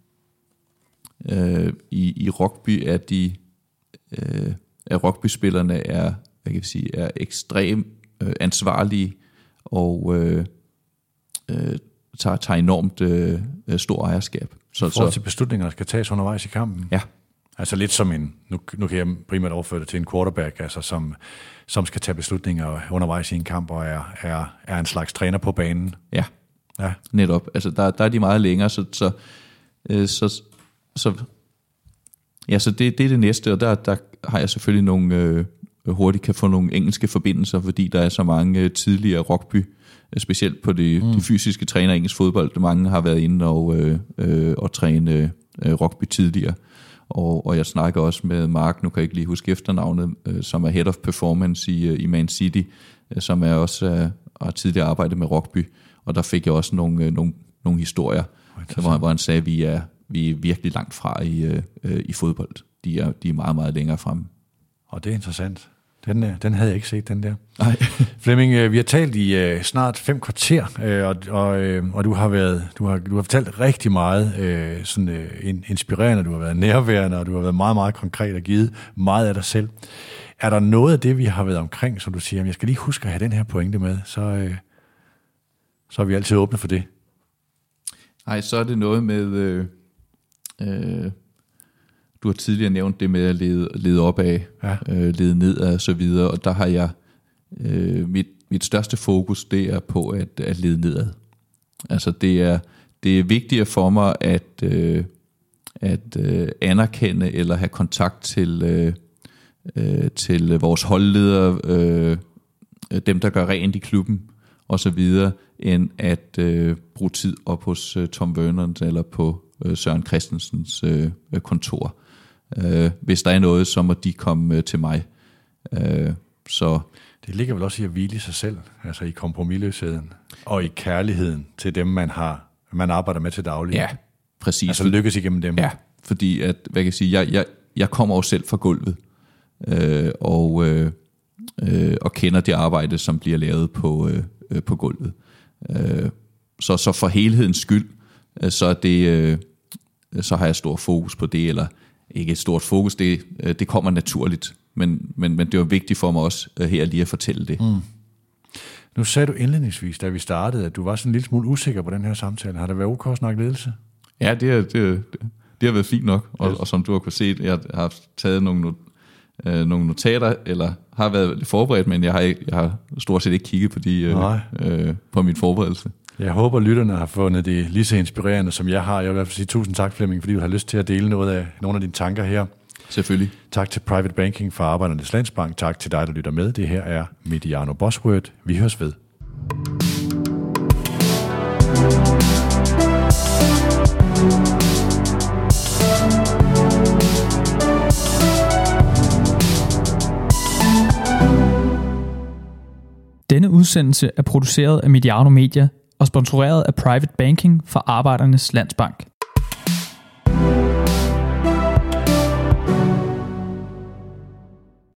Øh, i, I rugby er de øh, er rugbyspillerne er, hvad kan jeg sige, er ekstremt øh, ansvarlige og øh, øh, tager, tager enormt øh, stor ejerskab. Så, I forhold til beslutninger, der skal tages undervejs i kampen? Ja. Altså lidt som en, nu, nu kan jeg primært overføre det til en quarterback, altså som, som skal tage beslutninger undervejs i en kamp og er, er, er en slags træner på banen. Ja. Ja. Netop. Altså der, der er de meget længere, så, så, øh, så, så, ja, så det, det er det næste, og der, der har jeg selvfølgelig nogle, øh, hurtigt kan få nogle engelske forbindelser, fordi der er så mange øh, tidligere rugby, øh, specielt på de, mm. de fysiske træner engelsk fodbold. Mange har været inde og, øh, øh, og træne øh, rugby tidligere, og, og jeg snakker også med Mark, nu kan jeg ikke lige huske efternavnet, øh, som er Head of Performance i, øh, i Man City, øh, som er også øh, har tidligere arbejdet med rugby. Og der fik jeg også nogle, nogle, nogle historier, hvor, hvor han sagde, at vi er, vi er virkelig langt fra i, øh, i fodbold. De er, de er meget, meget længere fremme. Og det er interessant. Den, den havde jeg ikke set, den der. Nej. Flemming, vi har talt i uh, snart fem kvarter, uh, og, og, uh, og du har været, du har, du har fortalt rigtig meget uh, sådan, uh, inspirerende, du har været nærværende, og du har været meget, meget konkret og givet meget af dig selv. Er der noget af det, vi har været omkring, som du siger, jeg skal lige huske at have den her pointe med, så... Uh, Så er vi altid åbne for det. Nej, så er det noget med, øh, øh, du har tidligere nævnt det med at lede, lede opad, ja. øh, lede nedad og så videre, og der har jeg, øh, mit, mit største fokus, det er på at, at lede nedad. Altså det er, det er vigtigere for mig at, øh, at øh, anerkende eller have kontakt til, øh, øh, til vores holdledere, øh, dem der gør rent i klubben og så videre, end at øh, bruge tid op hos øh, Tom Vernon eller på øh, Søren Christensens øh, kontor. Øh, hvis der er noget, så må de komme øh, til mig. Øh, så det ligger vel også i at hvile i sig selv, altså i kompromisløsheden og i kærligheden til dem, man har, man arbejder med til daglig. Ja, præcis. Altså lykkes igennem dem. Ja, fordi at, hvad kan jeg sige, jeg, jeg, jeg kommer jo selv fra gulvet, øh, og, øh, øh, og kender det arbejde, som bliver lavet på, øh, på gulvet. Øh, så, så for helhedens skyld, øh, så, er det, øh, så har jeg stor fokus på det, eller ikke et stort fokus, det, øh, det kommer naturligt, men, men, men det var vigtigt for mig også øh, her lige at fortælle det. Mm. Nu sagde du indledningsvis, da vi startede, at du var sådan en lille smule usikker på den her samtale. Har det været ok at snakke ledelse? Ja, det, er, det, det, det har været fint nok, og, yes. og som du har kunnet se, jeg har taget nogle, not, øh, nogle notater, eller har været lidt forberedt, men jeg har, ikke, jeg har stort set ikke kigget på, de, øh, øh, på min forberedelse. Jeg håber, lytterne har fundet det lige så inspirerende, som jeg har. Jeg vil i hvert fald sige tusind tak, Flemming, fordi du har lyst til at dele noget af nogle af dine tanker her. Selvfølgelig. Tak til Private Banking fra Arbejdernes Landsbank. Tak til dig, der lytter med. Det her er Mediano Buzzword. Vi høres ved. Denne udsendelse er produceret af Mediano Media og sponsoreret af Private Banking fra Arbejdernes Landsbank.